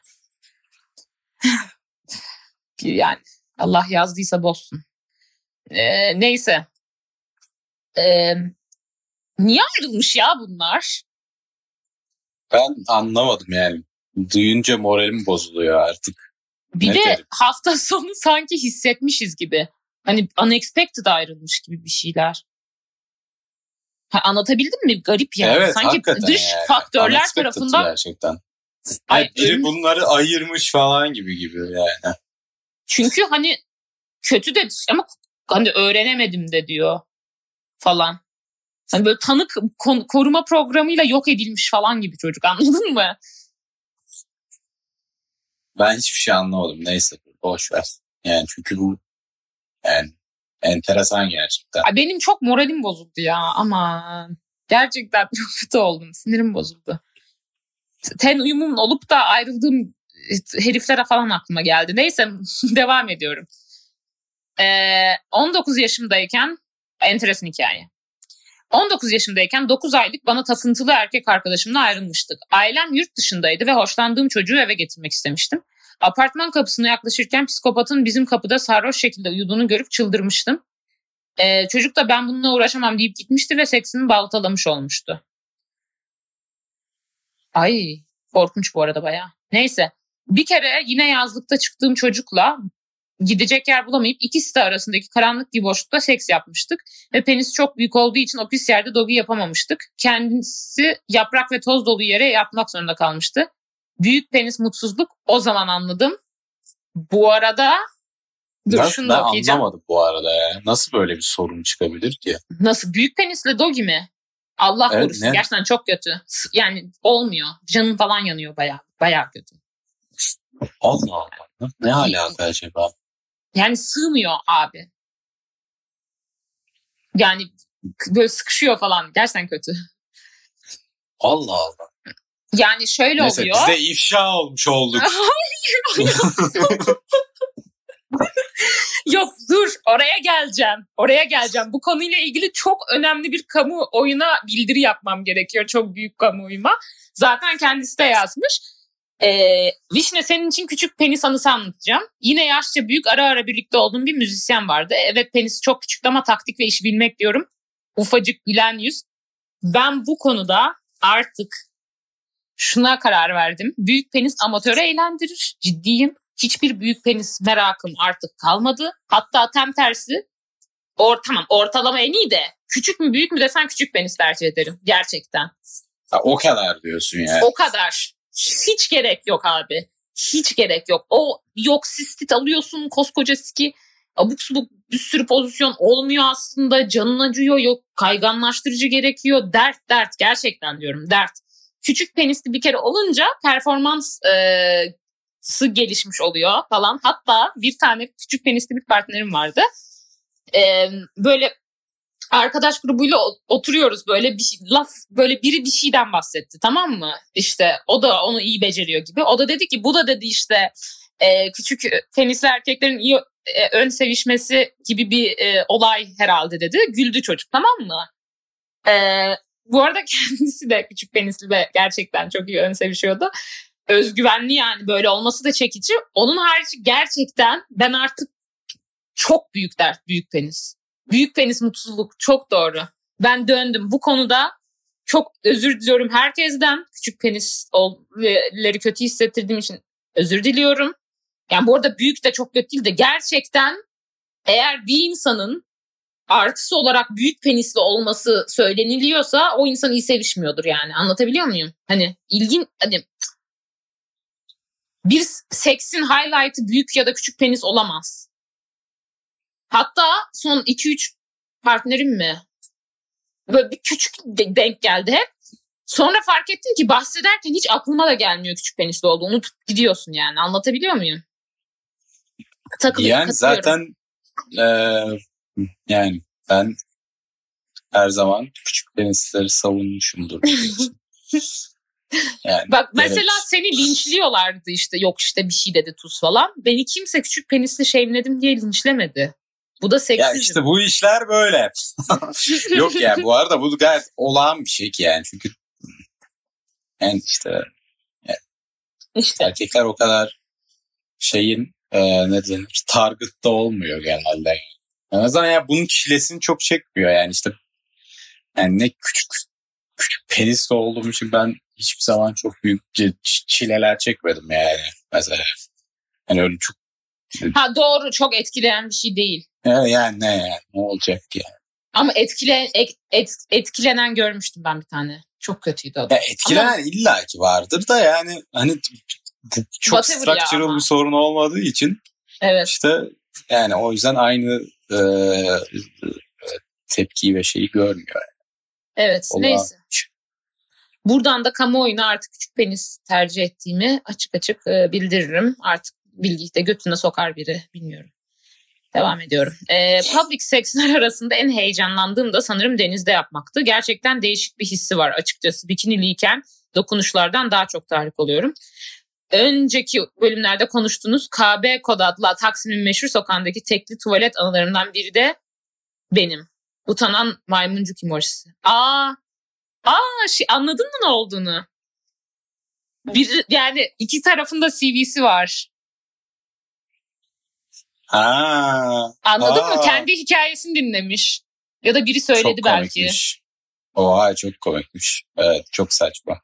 Yani Allah yazdıysa bozsun. Ee, neyse. Ee, Niye ayrılmış ya bunlar? Ben anlamadım yani. Duyunca moralim bozuluyor artık. Bir Ne de derim? hafta sonu sanki hissetmişiz gibi. Hani unexpected ayrılmış gibi bir şeyler. Ha, anlatabildim mi? Garip yani. Evet, sanki hakikaten dış yani. faktörler Unexpected tarafından. gerçekten. Ay, Yani biri ölüm- bunları ayırmış falan gibi gibi yani. Çünkü hani kötü de ama hani öğrenemedim de diyor falan. Hani böyle tanık kon- koruma programıyla yok edilmiş falan gibi çocuk, anladın mı? Ben hiçbir şey anlamadım. Neyse, boş ver. Yani çünkü bu yani enteresan gerçekten. Ay, benim çok moralim bozuldu ya, aman. Gerçekten çok kötü oldum. Sinirim bozuldu. Ten uyumun olup da ayrıldığım heriflere falan aklıma geldi. Neyse devam ediyorum. Ee, on dokuz yaşımdayken enteresan hikaye. on dokuz yaşımdayken dokuz aylık bana takıntılı erkek arkadaşımla ayrılmıştık. Ailem yurt dışındaydı ve hoşlandığım çocuğu eve getirmek istemiştim. Apartman kapısına yaklaşırken psikopatın bizim kapıda sarhoş şekilde uyuduğunu görüp çıldırmıştım. Ee, çocuk da ben bununla uğraşamam deyip gitmişti ve seksimi baltalamış olmuştu. Ay, korkunç bu arada bayağı. Neyse, bir kere yine yazlıkta çıktığım çocukla gidecek yer bulamayıp ikisi de arasındaki karanlık bir boşlukta seks yapmıştık. Ve penis çok büyük olduğu için o pis yerde dogi yapamamıştık. Kendisi yaprak ve toz dolu yere yatmak zorunda kalmıştı. Büyük penis mutsuzluk, o zaman anladım. Bu arada dur Nasıl, şunu ben da okuyacağım. anlamadım bu arada ya. Nasıl böyle bir sorun çıkabilir ki? Nasıl, büyük penisle dogi mi? Allah Evet, korusun, ne? gerçekten çok kötü. Yani olmuyor. Canın falan yanıyor bayağı. Bayağı kötü. Allah Allah. Ne alaka acaba? Yani sığmıyor abi. Yani böyle sıkışıyor falan. Gerçekten kötü. Allah Allah. Yani şöyle Neyse, oluyor. biz de ifşa olmuş olduk. Yok dur, oraya geleceğim. Oraya geleceğim. Bu konuyla ilgili çok önemli bir kamuoyuna bildiri yapmam gerekiyor. Çok büyük kamuoyuma. Zaten kendisi de yazmış. Ee, Vişne, senin için küçük penis anısı anlatacağım. Yine yaşça büyük, ara ara birlikte olduğum bir müzisyen vardı. Evet, penisi çok küçüktü ama taktik ve işi bilmek diyorum. Ufacık gülen yüz. Ben bu konuda artık şuna karar verdim. Büyük penis amatörü eğlendirir. Ciddiyim. Hiçbir büyük penis merakım artık kalmadı. Hatta tam tersi. Or, tamam, ortalama en iyi de küçük mü büyük mü desen küçük penis tercih ederim. Gerçekten. Ha, o kadar diyorsun yani. O kadar. Hiç gerek yok abi. Hiç gerek yok. O yok sistit alıyorsun koskoca ski. Abuk subuk bir sürü pozisyon olmuyor aslında. Canın acıyor, yok kayganlaştırıcı gerekiyor. Dert dert, gerçekten diyorum dert. Küçük penisli bir kere olunca performans e, sı gelişmiş oluyor falan. Hatta bir tane küçük penisli bir partnerim vardı. Ee, böyle arkadaş grubuyla oturuyoruz, böyle bir şey, laf böyle biri bir şeyden bahsetti, tamam mı? İşte o da onu iyi beceriyor gibi. O da dedi ki bu da dedi işte e, küçük penisli erkeklerin iyi e, ön sevişmesi gibi bir e, olay herhalde dedi. Güldü çocuk, tamam mı? E, bu arada kendisi de küçük penisli ve gerçekten çok iyi ön sevişiyordu. Özgüvenli yani, böyle olması da çekici. Onun harici gerçekten ben artık çok büyük dert büyük penis. Büyük penis mutsuzluk, çok doğru. Ben döndüm bu konuda, çok özür diliyorum herkesten. Küçük penisleri kötü hissettirdiğim için özür diliyorum. Yani bu arada büyük de çok kötü değil de gerçekten eğer bir insanın artısı olarak büyük penisli olması söyleniliyorsa o insan iyi sevişmiyordur yani. Anlatabiliyor muyum? Hani ilgin, hani bir seksin highlight'ı büyük ya da küçük penis olamaz. Hatta son iki üç partnerim mi? Böyle bir küçük denk geldi hep. Sonra fark ettim ki bahsederken hiç aklıma da gelmiyor küçük penisli olduğu. Unutup gidiyorsun yani. Anlatabiliyor muyum? Takılıyorum, Yani zaten e, yani ben her zaman küçük penisleri savunmuşumdur. Yani bak mesela evet. seni linçliyorlardı işte, yok işte bir şey dedi tuz falan. Beni kimse küçük penisli şeyimledim diye linçlemedi. Bu da seksizm. Ya işte bu işler böyle. Yok yani bu arada bu gayet olağan bir şey ki yani. Çünkü yani işte, yani işte. erkekler o kadar şeyin e, ne denir, target'ta olmuyor genelde. En azından yani bunun çilesini çok çekmiyor yani işte Yani ne küçük küçük penisli olduğum için ben hiçbir zaman çok büyük çileler çekmedim yani mesela. Yani öyle çok... Ha doğru, çok etkileyen bir şey değil. Yani, yani ne yani ne olacak ki yani. Ama etkile, et, et, etkilenen görmüştüm ben bir tane. Çok kötüydü o da. Ya etkilenen ama... illaki vardır da yani hani çok structural bir sorun olmadığı için evet. işte yani o yüzden aynı e, tepkiyi ve şeyi görmüyor. Yani. Evet Olağan. Neyse. Buradan da kamuoyuna artık küçük penis tercih ettiğimi açık açık e, bildiririm. Artık bilgiyi de götüne sokar biri, bilmiyorum. Devam ediyorum. E, public seksler arasında en heyecanlandığım da sanırım denizde yapmaktı. Gerçekten değişik bir hissi var açıkçası. Bikiniliyken dokunuşlardan daha çok tahrik oluyorum. Önceki bölümlerde konuştuğunuz K B Kod adlı Taksim'in meşhur sokağındaki tekli tuvalet anılarımdan biri de benim. Utanan maymuncuk emojisi. Aa, aa şey, anladın mı ne olduğunu? Bir, yani iki tarafında C V'si var. Aa, Anladın aa. mı? Kendi hikayesini dinlemiş. Ya da biri söyledi çok belki. Komikmiş. Oha çok komikmiş. Evet çok saçma.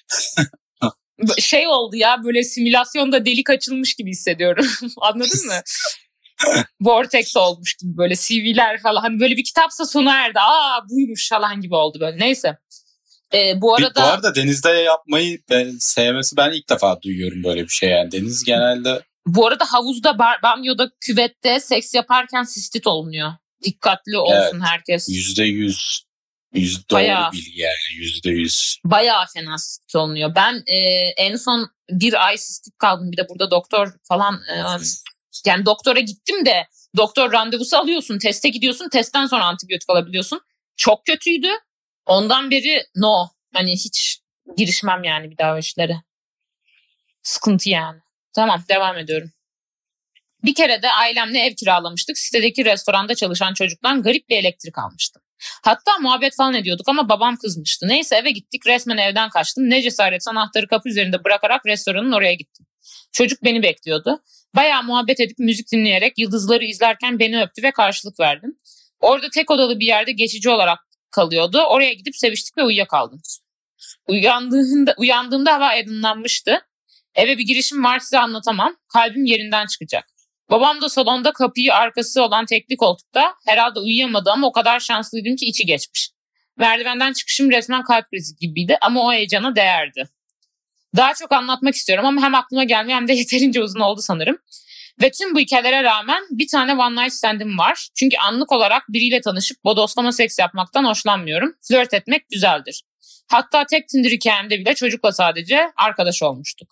Şey oldu ya, böyle simülasyonda delik açılmış gibi hissediyorum. Anladın mı? Vortex olmuş gibi böyle C V'ler falan. Hani böyle bir kitapsa sona erdi. Aa buymuş falan gibi oldu böyle. Neyse. Ee, bu arada... Bu arada denizde yapmayı ben, sevmesi ben ilk defa duyuyorum böyle bir şey yani. Deniz genelde... Bu arada havuzda, bar, banyoda, küvette seks yaparken sistit olunuyor. Dikkatli olsun evet, herkes. Yüzde yüz. Yüzde doğru bilgi yani. Yüzde yüz. Bayağı fena sistit olunuyor. Ben e, en son bir ay sistit kaldım. Bir de burada doktor falan... E, yani doktora gittim de doktor randevusu alıyorsun. Teste gidiyorsun. Testten sonra antibiyotik alabiliyorsun. Çok kötüydü. Ondan beri no. Hani hiç girişmem yani bir daha o işlere. Sıkıntı yani. Tamam, devam ediyorum. Bir kere de ailemle ev kiralamıştık. Sitedeki restoranda çalışan çocuktan garip bir elektrik almıştım. Hatta muhabbet falan ediyorduk ama babam kızmıştı. Neyse eve gittik, resmen evden kaçtım. Ne cesaret, anahtarı kapı üzerinde bırakarak restoranın oraya gittim. Çocuk beni bekliyordu. Bayağı muhabbet edip müzik dinleyerek yıldızları izlerken beni öptü ve karşılık verdim. Orada tek odalı bir yerde geçici olarak kalıyordu. Oraya gidip seviştik ve uyuyakaldım. Uyandığımda, uyandığımda hava aydınlanmıştı. Eve bir girişim var, size anlatamam. Kalbim yerinden çıkacak. Babam da salonda kapıyı arkası olan tekli koltukta. Herhalde uyuyamadı ama o kadar şanslıydım ki içi geçmiş. Merdivenden çıkışım resmen kalp krizi gibiydi ama o heyecana değerdi. Daha çok anlatmak istiyorum ama hem aklıma gelmiyor hem de yeterince uzun oldu sanırım. Ve tüm bu hikayelere rağmen bir tane one night stand'im var. Çünkü anlık olarak biriyle tanışıp bodoslama seks yapmaktan hoşlanmıyorum. Flört etmek güzeldir. Hatta tek Tinder hikayemde bile çocukla sadece arkadaş olmuştuk.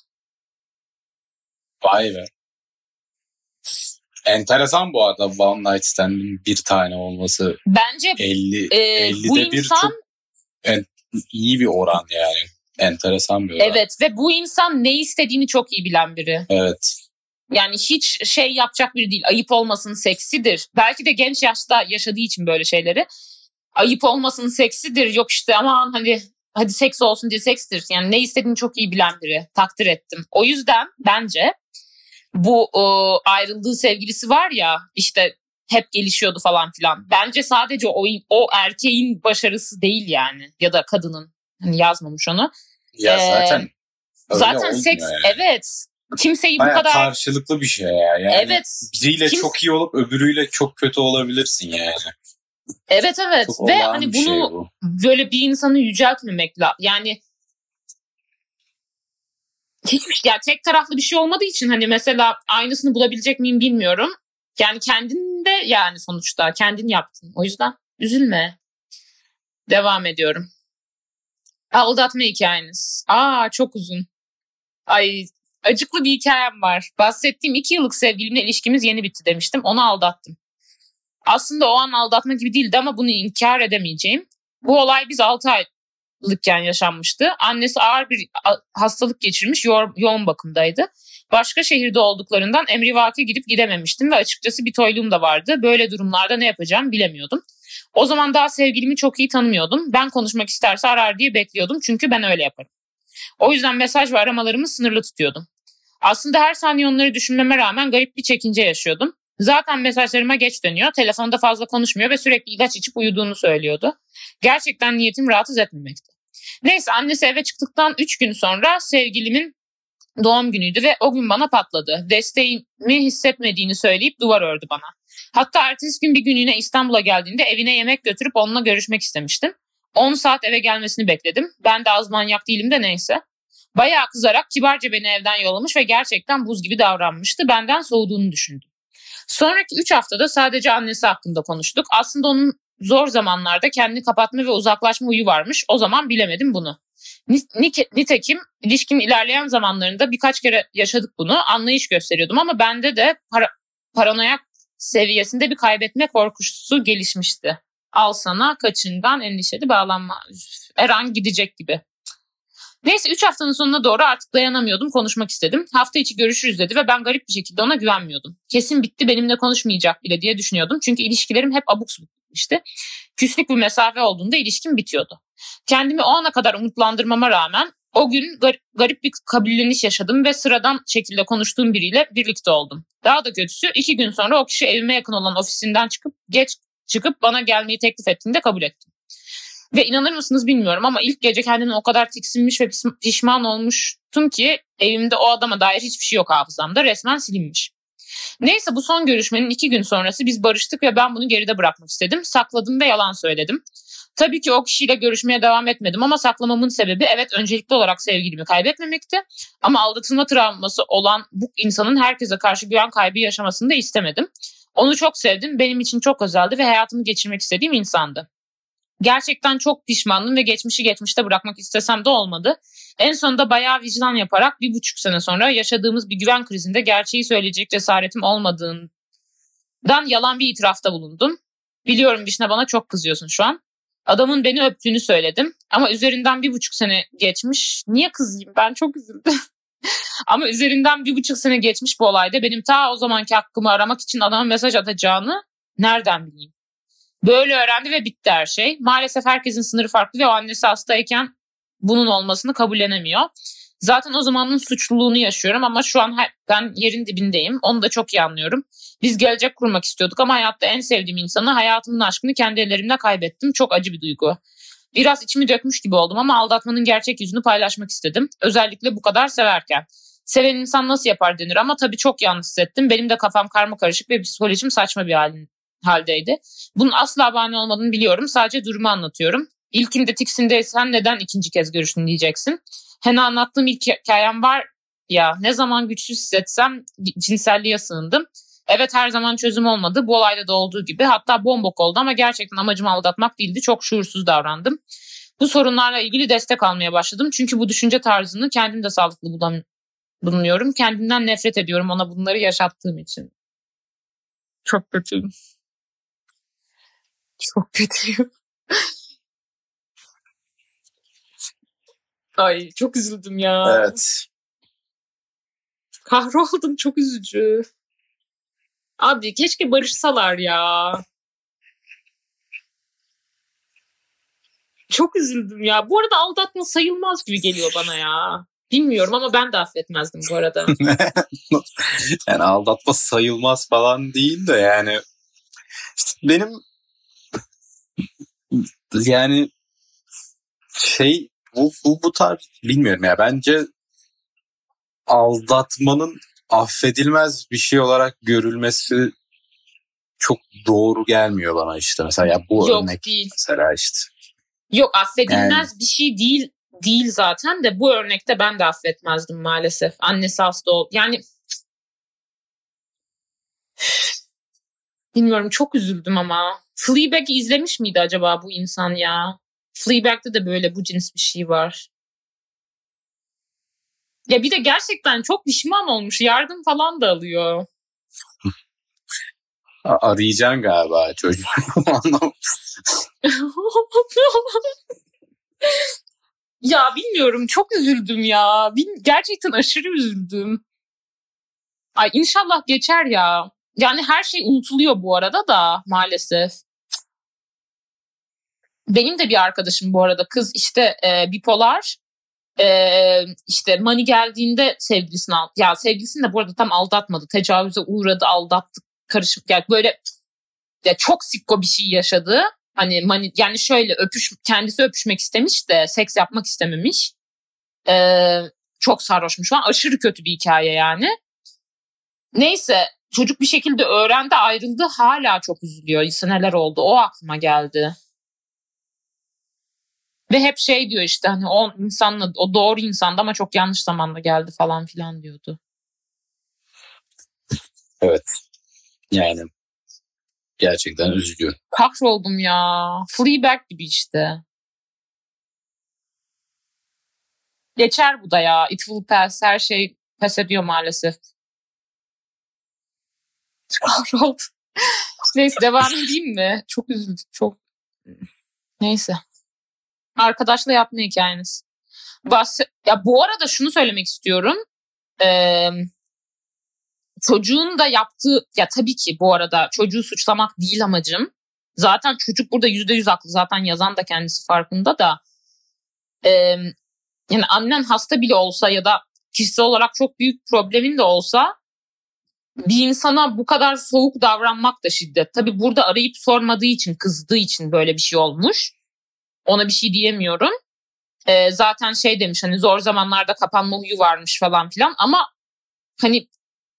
Vay be. Enteresan bu arada one night stand'in bir tane olması. Bence elli, e, ellide bu bir insan... çok en, iyi bir oran yani. Enteresan bir oran. Evet ve bu insan ne istediğini çok iyi bilen biri. Evet. Yani hiç şey yapacak biri değil. Ayıp olmasın seksidir. Belki de genç yaşta yaşadığı için böyle şeyleri. Ayıp olmasın seksidir. Yok işte aman hani hadi seks olsun diye sekstir. Yani ne istediğini çok iyi bilen biri. Takdir ettim. O yüzden bence bu o, ayrıldığı sevgilisi var ya işte hep gelişiyordu falan filan. Bence sadece o, o erkeğin başarısı değil yani. Ya da kadının. Hani yazmamış onu. Ya ee, zaten zaten seks yani. Evet. Kimseyi bayağı bu kadar karşılıklı bir şey ya. Yani evet. Biriyle Kim... çok iyi olup öbürüyle çok kötü olabilirsin yani. Evet evet çok ve hani bunu şey bu. Böyle bir insanı yüceltmemek lazım. Yani hiçbir yani tek taraflı bir şey olmadığı için hani mesela aynısını bulabilecek miyim bilmiyorum. Yani kendinde yani sonuçta kendin yaptın. O yüzden üzülme. Devam ediyorum. Aldatma hikayeniz. Aa çok uzun. Ay acıklı bir hikayem var. Bahsettiğim iki yıllık sevgilimle ilişkimiz yeni bitti demiştim. Onu aldattım. Aslında o an aldatma gibi değildi ama bunu inkar edemeyeceğim. Bu olay biz altı aylıkken yaşanmıştı. Annesi ağır bir hastalık geçirmiş, yo- yoğun bakımdaydı. Başka şehirde olduklarından emrivaki gidip gidememiştim ve açıkçası bir toyluğum da vardı. Böyle durumlarda ne yapacağım bilemiyordum. O zaman daha sevgilimi çok iyi tanımıyordum. Ben konuşmak isterse arar diye bekliyordum çünkü ben öyle yaparım. O yüzden mesaj ve aramalarımı sınırlı tutuyordum. Aslında her saniye onları düşünmeme rağmen garip bir çekince yaşıyordum. Zaten mesajlarıma geç dönüyor, telefonda fazla konuşmuyor ve sürekli ilaç içip uyuduğunu söylüyordu. Gerçekten niyetim rahatsız etmemekti. Neyse, annesi eve çıktıktan üç gün sonra sevgilimin doğum günüydü ve o gün bana patladı. Desteğimi hissetmediğini söyleyip duvar ördü bana. Hatta ertesi gün bir günlüğüne İstanbul'a geldiğinde evine yemek götürüp onunla görüşmek istemiştim. on saat eve gelmesini bekledim. Ben de az manyak değilim de neyse. Bayağı kızarak kibarca beni evden yollamış ve gerçekten buz gibi davranmıştı. Benden soğuduğunu düşündüm. Sonraki üç haftada sadece annesi hakkında konuştuk. Aslında onun zor zamanlarda kendini kapatma ve uzaklaşma huyu varmış. O zaman bilemedim bunu. Nitekim ilişkinin ilerleyen zamanlarında birkaç kere yaşadık bunu. Anlayış gösteriyordum ama bende de para, paranoyak seviyesinde bir kaybetme korkusu gelişmişti. Al sana kaçından endişeli bağlanma. Her an gidecek gibi. Neyse, üç haftanın sonuna doğru artık dayanamıyordum, konuşmak istedim. Hafta içi görüşürüz dedi ve ben garip bir şekilde ona güvenmiyordum. Kesin bitti, benimle konuşmayacak bile diye düşünüyordum. Çünkü ilişkilerim hep abuk subuk bitmişti. Küslük bir mesafe olduğunda ilişkim bitiyordu. Kendimi o ana kadar umutlandırmama rağmen o gün gar- garip bir kabulleniş yaşadım ve sıradan şekilde konuştuğum biriyle birlikte oldum. Daha da kötüsü, iki gün sonra o kişi evime yakın olan ofisinden çıkıp geç çıkıp bana gelmeyi teklif ettiğinde kabul ettim. Ve inanır mısınız bilmiyorum ama ilk gece kendimi o kadar tiksinmiş ve pişman olmuştum ki evimde o adama dair hiçbir şey yok hafızamda. Resmen silinmiş. Neyse, bu son görüşmenin iki gün sonrası biz barıştık ve ben bunu geride bırakmak istedim. Sakladım ve yalan söyledim. Tabii ki o kişiyle görüşmeye devam etmedim ama saklamamın sebebi evet öncelikli olarak sevgilimi kaybetmemekti. Ama aldatılma travması olan bu insanın herkese karşı güven kaybı yaşamasını da istemedim. Onu çok sevdim, benim için çok özeldi ve hayatımı geçirmek istediğim insandı. Gerçekten çok pişmandım ve geçmişi geçmişte bırakmak istesem de olmadı. En sonunda bayağı vicdan yaparak bir buçuk sene sonra yaşadığımız bir güven krizinde gerçeği söyleyecek cesaretim olmadığından yalan bir itirafta bulundum. Biliyorum Vişne, bana çok kızıyorsun şu an. Adamın beni öptüğünü söyledim ama üzerinden bir buçuk sene geçmiş. Niye kızayım? Ben çok üzüldüm. Ama üzerinden bir buçuk sene geçmiş bu olayda benim ta o zamanki hakkımı aramak için adama mesaj atacağını nereden bileyim? Böyle öğrendi ve bitti her şey. Maalesef herkesin sınırı farklı ve o annesi hastayken bunun olmasını kabullenemiyor. Zaten o zamanın suçluluğunu yaşıyorum ama şu an ben yerin dibindeyim. Onu da çok iyi anlıyorum. Biz gelecek kurmak istiyorduk ama hayatta en sevdiğim insanı, hayatımın aşkını kendi ellerimle kaybettim. Çok acı bir duygu. Biraz içimi dökmüş gibi oldum ama aldatmanın gerçek yüzünü paylaşmak istedim. Özellikle bu kadar severken. Seven insan nasıl yapar denir ama tabii çok yanlış hissettim. Benim de kafam karmakarışık ve psikolojim saçma bir halin. haldeydi. Bunun asla bahane olmadığını biliyorum. Sadece durumu anlatıyorum. İlkinde tiksindeysen neden ikinci kez görüştün diyeceksin. Hani anlattığım ilk hikayem var ya, ne zaman güçsüz hissetsem cinselliğe sığındım. Evet, her zaman çözüm olmadı. Bu olayda da olduğu gibi. Hatta bombok oldu ama gerçekten amacım aldatmak değildi. Çok şuursuz davrandım. Bu sorunlarla ilgili destek almaya başladım. Çünkü bu düşünce tarzını kendim de sağlıklı bulam- bulmuyorum. Kendimden nefret ediyorum ona bunları yaşattığım için. Çok kötüyüm. Çok kötüyüm. Ay, çok üzüldüm ya. Evet. Kahroldum, çok üzücü. Abi keşke barışsalar ya. Çok üzüldüm ya. Bu arada aldatma sayılmaz gibi geliyor bana ya. Bilmiyorum ama ben de affetmezdim bu arada. Yani aldatma sayılmaz falan değil de yani işte benim yani şey bu, bu, bu tarz bilmiyorum ya, bence aldatmanın affedilmez bir şey olarak görülmesi çok doğru gelmiyor bana işte mesela ya bu Yok, örnek değil. mesela işte. Yok, affedilmez Yani... bir şey değil değil zaten de bu örnekte ben de affetmezdim maalesef. Annesi hasta oldu. Yani bilmiyorum, çok üzüldüm ama. Fleabag'i izlemiş miydi acaba bu insan ya? Fleabag'de de böyle bu cins bir şey var. Ya bir de gerçekten çok pişman olmuş. Yardım falan da alıyor. Arayacaksın galiba çocuk. Ya bilmiyorum, çok üzüldüm ya. Gerçekten aşırı üzüldüm. Ay inşallah geçer ya. Yani her şey unutuluyor bu arada da maalesef. Benim de bir arkadaşım bu arada, kız işte e, bipolar. E, işte Mani geldiğinde sevgilisini aldı. Ya sevgilisini de bu arada tam aldatmadı. Tecavüze uğradı, aldattı karışık yani böyle ya çok sikko bir şey yaşadı. Hani mani, yani şöyle öpüş kendisi öpüşmek istemiş de seks yapmak istememiş. Ee, çok sarhoşmuş falan. Aşırı kötü bir hikaye yani. Neyse çocuk bir şekilde öğrendi, ayrıldı. Hala çok üzülüyor. Seneler oldu. O aklıma geldi. Ve hep şey diyor işte hani o insanla o doğru insandı ama çok yanlış zamanda geldi falan filan diyordu. Evet. Yani gerçekten üzülüyor. Kahroldum ya. Fleabag gibi işte. Geçer bu da ya. It will pass. Her şey pes ediyor maalesef. Kahroldum. Neyse devam edeyim mi? Çok üzüldüm. Çok. Neyse. Arkadaşla yapma hikayeniz. Bahse... Ya bu arada şunu söylemek istiyorum. Ee, çocuğun da yaptığı... Ya tabii ki bu arada çocuğu suçlamak değil amacım. Zaten çocuk burada yüzde yüz haklı. Zaten yazan da kendisi farkında da. Ee, yani annen hasta bile olsa ya da kişisel olarak çok büyük problemin de olsa bir insana bu kadar soğuk davranmak da şiddet. Tabii burada arayıp sormadığı için, kızdığı için böyle bir şey olmuş. Ona bir şey diyemiyorum. Ee, zaten şey demiş hani zor zamanlarda kapanma huyu varmış falan filan ama hani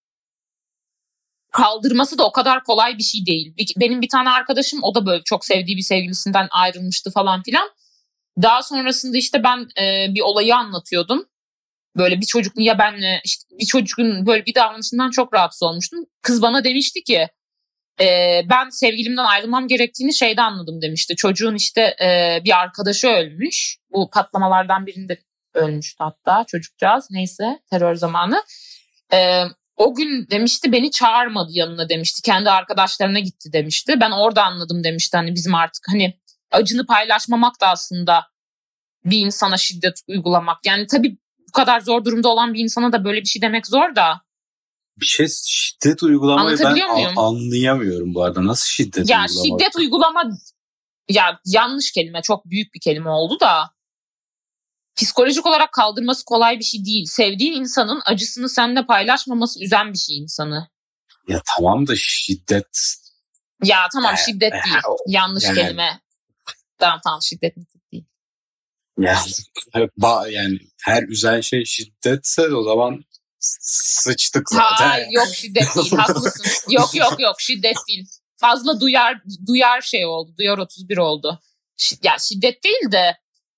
kaldırması da o kadar kolay bir şey değil. Benim bir tane arkadaşım o da böyle çok sevdiği bir sevgilisinden ayrılmıştı falan filan. Daha sonrasında işte ben e, bir olayı anlatıyordum. Böyle bir çocuk niye benle işte bir çocuğun böyle bir davranışından çok rahatsız olmuştum. Kız bana demişti ki e, ben sevgilimden ayrılmam gerektiğini şeyde anladım demişti. Çocuğun işte e, bir arkadaşı ölmüş. Bu patlamalardan birinde ölmüştü hatta çocukcağız. Neyse terör zamanı. E, o gün demişti beni çağırmadı yanına demişti. Kendi arkadaşlarına gitti demişti. Ben orada anladım demişti. Hani bizim artık hani acını paylaşmamak da aslında bir insana şiddet uygulamak. Yani tabii bu kadar zor durumda olan bir insana da böyle bir şey demek zor da. Bir şey şiddet uygulamayı ben muyum? anlayamıyorum bu arada. Nasıl şiddet ya uygulama? Şiddet uygulama ya yanlış kelime, çok büyük bir kelime oldu da psikolojik olarak kaldırması kolay bir şey değil. Sevdiğin insanın acısını seninle paylaşmaması üzen bir şey insanı. Ya tamam da şiddet. Ya tamam şiddet değil. Yanlış yani... kelime. Tamam tamam şiddet değil. Yani, yani her üzen şey şiddetse o zaman sıçtık zaten. Ha, yok şiddet değil haklısın. Yok yok yok şiddet değil. Fazla duyar duyar şey oldu. Duyar otuz bir oldu. Ya şiddet değil de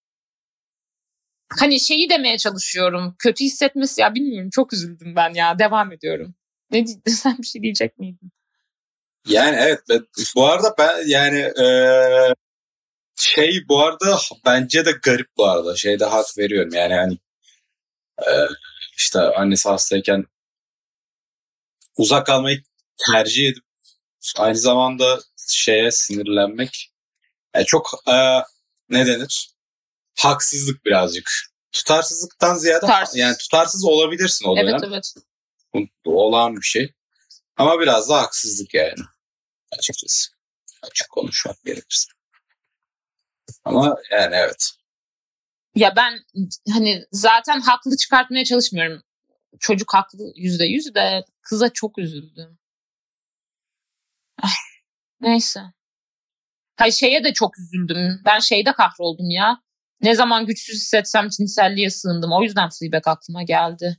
hani şeyi demeye çalışıyorum. Kötü hissetmesi ya bilmiyorum çok üzüldüm ben ya. Devam ediyorum. Ne sen bir şey diyecek miydin? Yani evet ben, bu arada ben yani ee... Şey bu arada bence de garip bu arada. Şeyde hak veriyorum yani hani e, işte annesi hastayken uzak kalmayı tercih edip aynı zamanda şeye sinirlenmek yani çok e, ne denir? Haksızlık birazcık. Tutarsızlıktan ziyade Tutarsız. yani tutarsız olabilirsin o dönem. Evet evet. Bu olağan bir şey. Ama biraz da haksızlık yani. Açıkçası. Açık konuşmak gerekirse. Ama yani evet. Ya ben hani zaten haklı çıkartmaya çalışmıyorum. Çocuk haklı yüzde yüz de kıza çok üzüldüm. Ay, neyse. Hayır şeye de çok üzüldüm. Ben şeyde kahroldum ya. Ne zaman güçsüz hissetsem cinselliğe sığındım. O yüzden Fleabag aklıma geldi.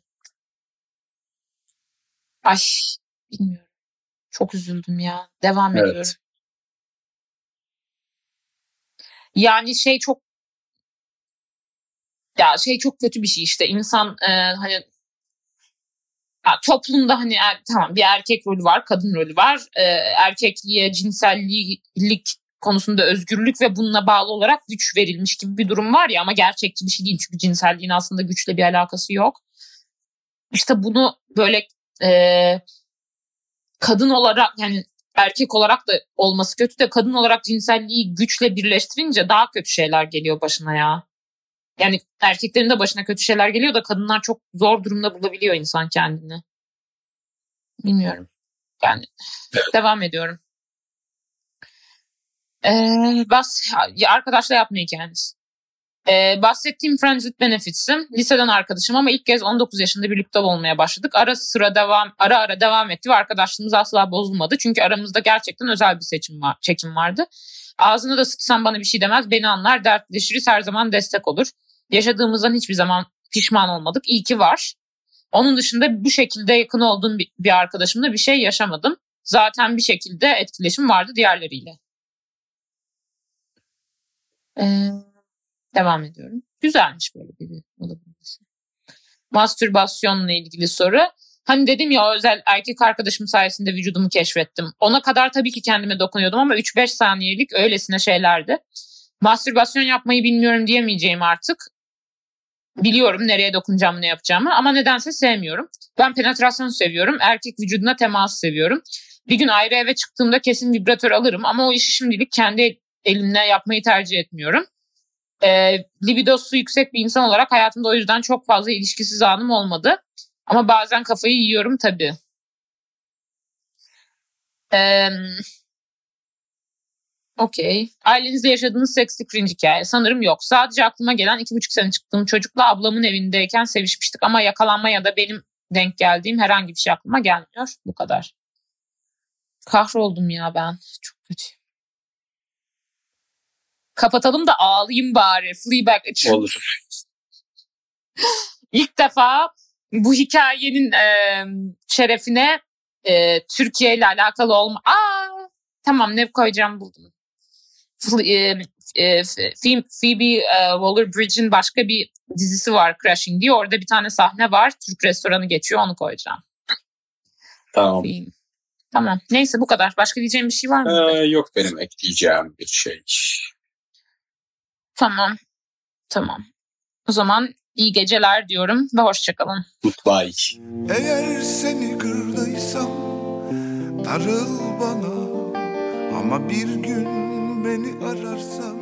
Ay bilmiyorum. Çok üzüldüm ya. Devam evet. ediyorum. Yani şey çok ya şey çok kötü bir şey işte insan e, hani ya toplumda hani er, tamam bir erkek rolü var, kadın rolü var. E, erkekliğe cinsellik konusunda özgürlük ve bununla bağlı olarak güç verilmiş gibi bir durum var ya ama gerçekçi bir şey değil çünkü cinselliğin aslında güçle bir alakası yok. İşte bunu böyle e, kadın olarak yani erkek olarak da olması kötü de kadın olarak cinselliği güçle birleştirince daha kötü şeyler geliyor başına ya. Yani erkeklerin de başına kötü şeyler geliyor da kadınlar çok zor durumda bulabiliyor insan kendini. Bilmiyorum. Yani devam ediyorum. Ee, bas ya arkadaşla yapma hikayeniz. Ee, bahsettiğim Friends with Benefits'im liseden arkadaşım ama ilk kez on dokuz yaşında birlikte olmaya başladık. Ara sıra devam, ara ara devam etti ve arkadaşlığımız asla bozulmadı. Çünkü aramızda gerçekten özel bir seçim var, çekim vardı. Ağzını da sıçsam bana bir şey demez, beni anlar, dertleşiriz, her zaman destek olur. Yaşadığımızdan hiçbir zaman pişman olmadık. İyi ki var. Onun dışında bu şekilde yakın olduğum bir, bir arkadaşımla bir şey yaşamadım. Zaten bir şekilde etkileşim vardı diğerleriyle. Ee, devam ediyorum. Güzelmiş böyle biri olabilmesi. Mastürbasyonla ilgili soru. Hani dedim ya, o özel erkek arkadaşım sayesinde vücudumu keşfettim. Ona kadar tabii ki kendime dokunuyordum ama üç beş saniyelik öylesine şeylerdi. Mastürbasyon yapmayı bilmiyorum diyemeyeceğim artık. Biliyorum nereye dokunacağımı, ne yapacağımı ama nedense sevmiyorum. Ben penetrasyon seviyorum. Erkek vücuduna temas seviyorum. Bir gün ayrı eve çıktığımda kesin vibratör alırım ama o işi şimdilik kendi elimle yapmayı tercih etmiyorum. Ee, libidosu yüksek bir insan olarak hayatımda o yüzden çok fazla ilişkisiz anım olmadı. Ama bazen kafayı yiyorum tabii. Ee, Okey. Ailenizde yaşadığınız seksli cringe hikaye. Sanırım yok. Sadece aklıma gelen iki buçuk sene çıktığım çocukla ablamın evindeyken sevişmiştik. Ama yakalanma ya da benim denk geldiğim herhangi bir şey aklıma gelmiyor. Bu kadar. Kahroldum ya ben. Çok kötüyüm. Kapatalım da ağlayayım bari. Fleabag açayım. Olur. İlk defa bu hikayenin e, şerefine e, Türkiye ile alakalı olma... Aa, tamam, ne koyacağım buldum. E, e, Phoebe e, Waller-Bridge'in başka bir dizisi var, Crashing diye. Orada bir tane sahne var. Türk restoranı geçiyor, onu koyacağım. Tamam. Tamam. Neyse, bu kadar. Başka diyeceğim bir şey var mı? Ee, yok benim ekleyeceğim bir şey. Tamam. Tamam. O zaman iyi geceler diyorum ve hoşçakalın. Goodbye. Eğer seni kırdıysam darıl bana, ama bir gün beni ararsan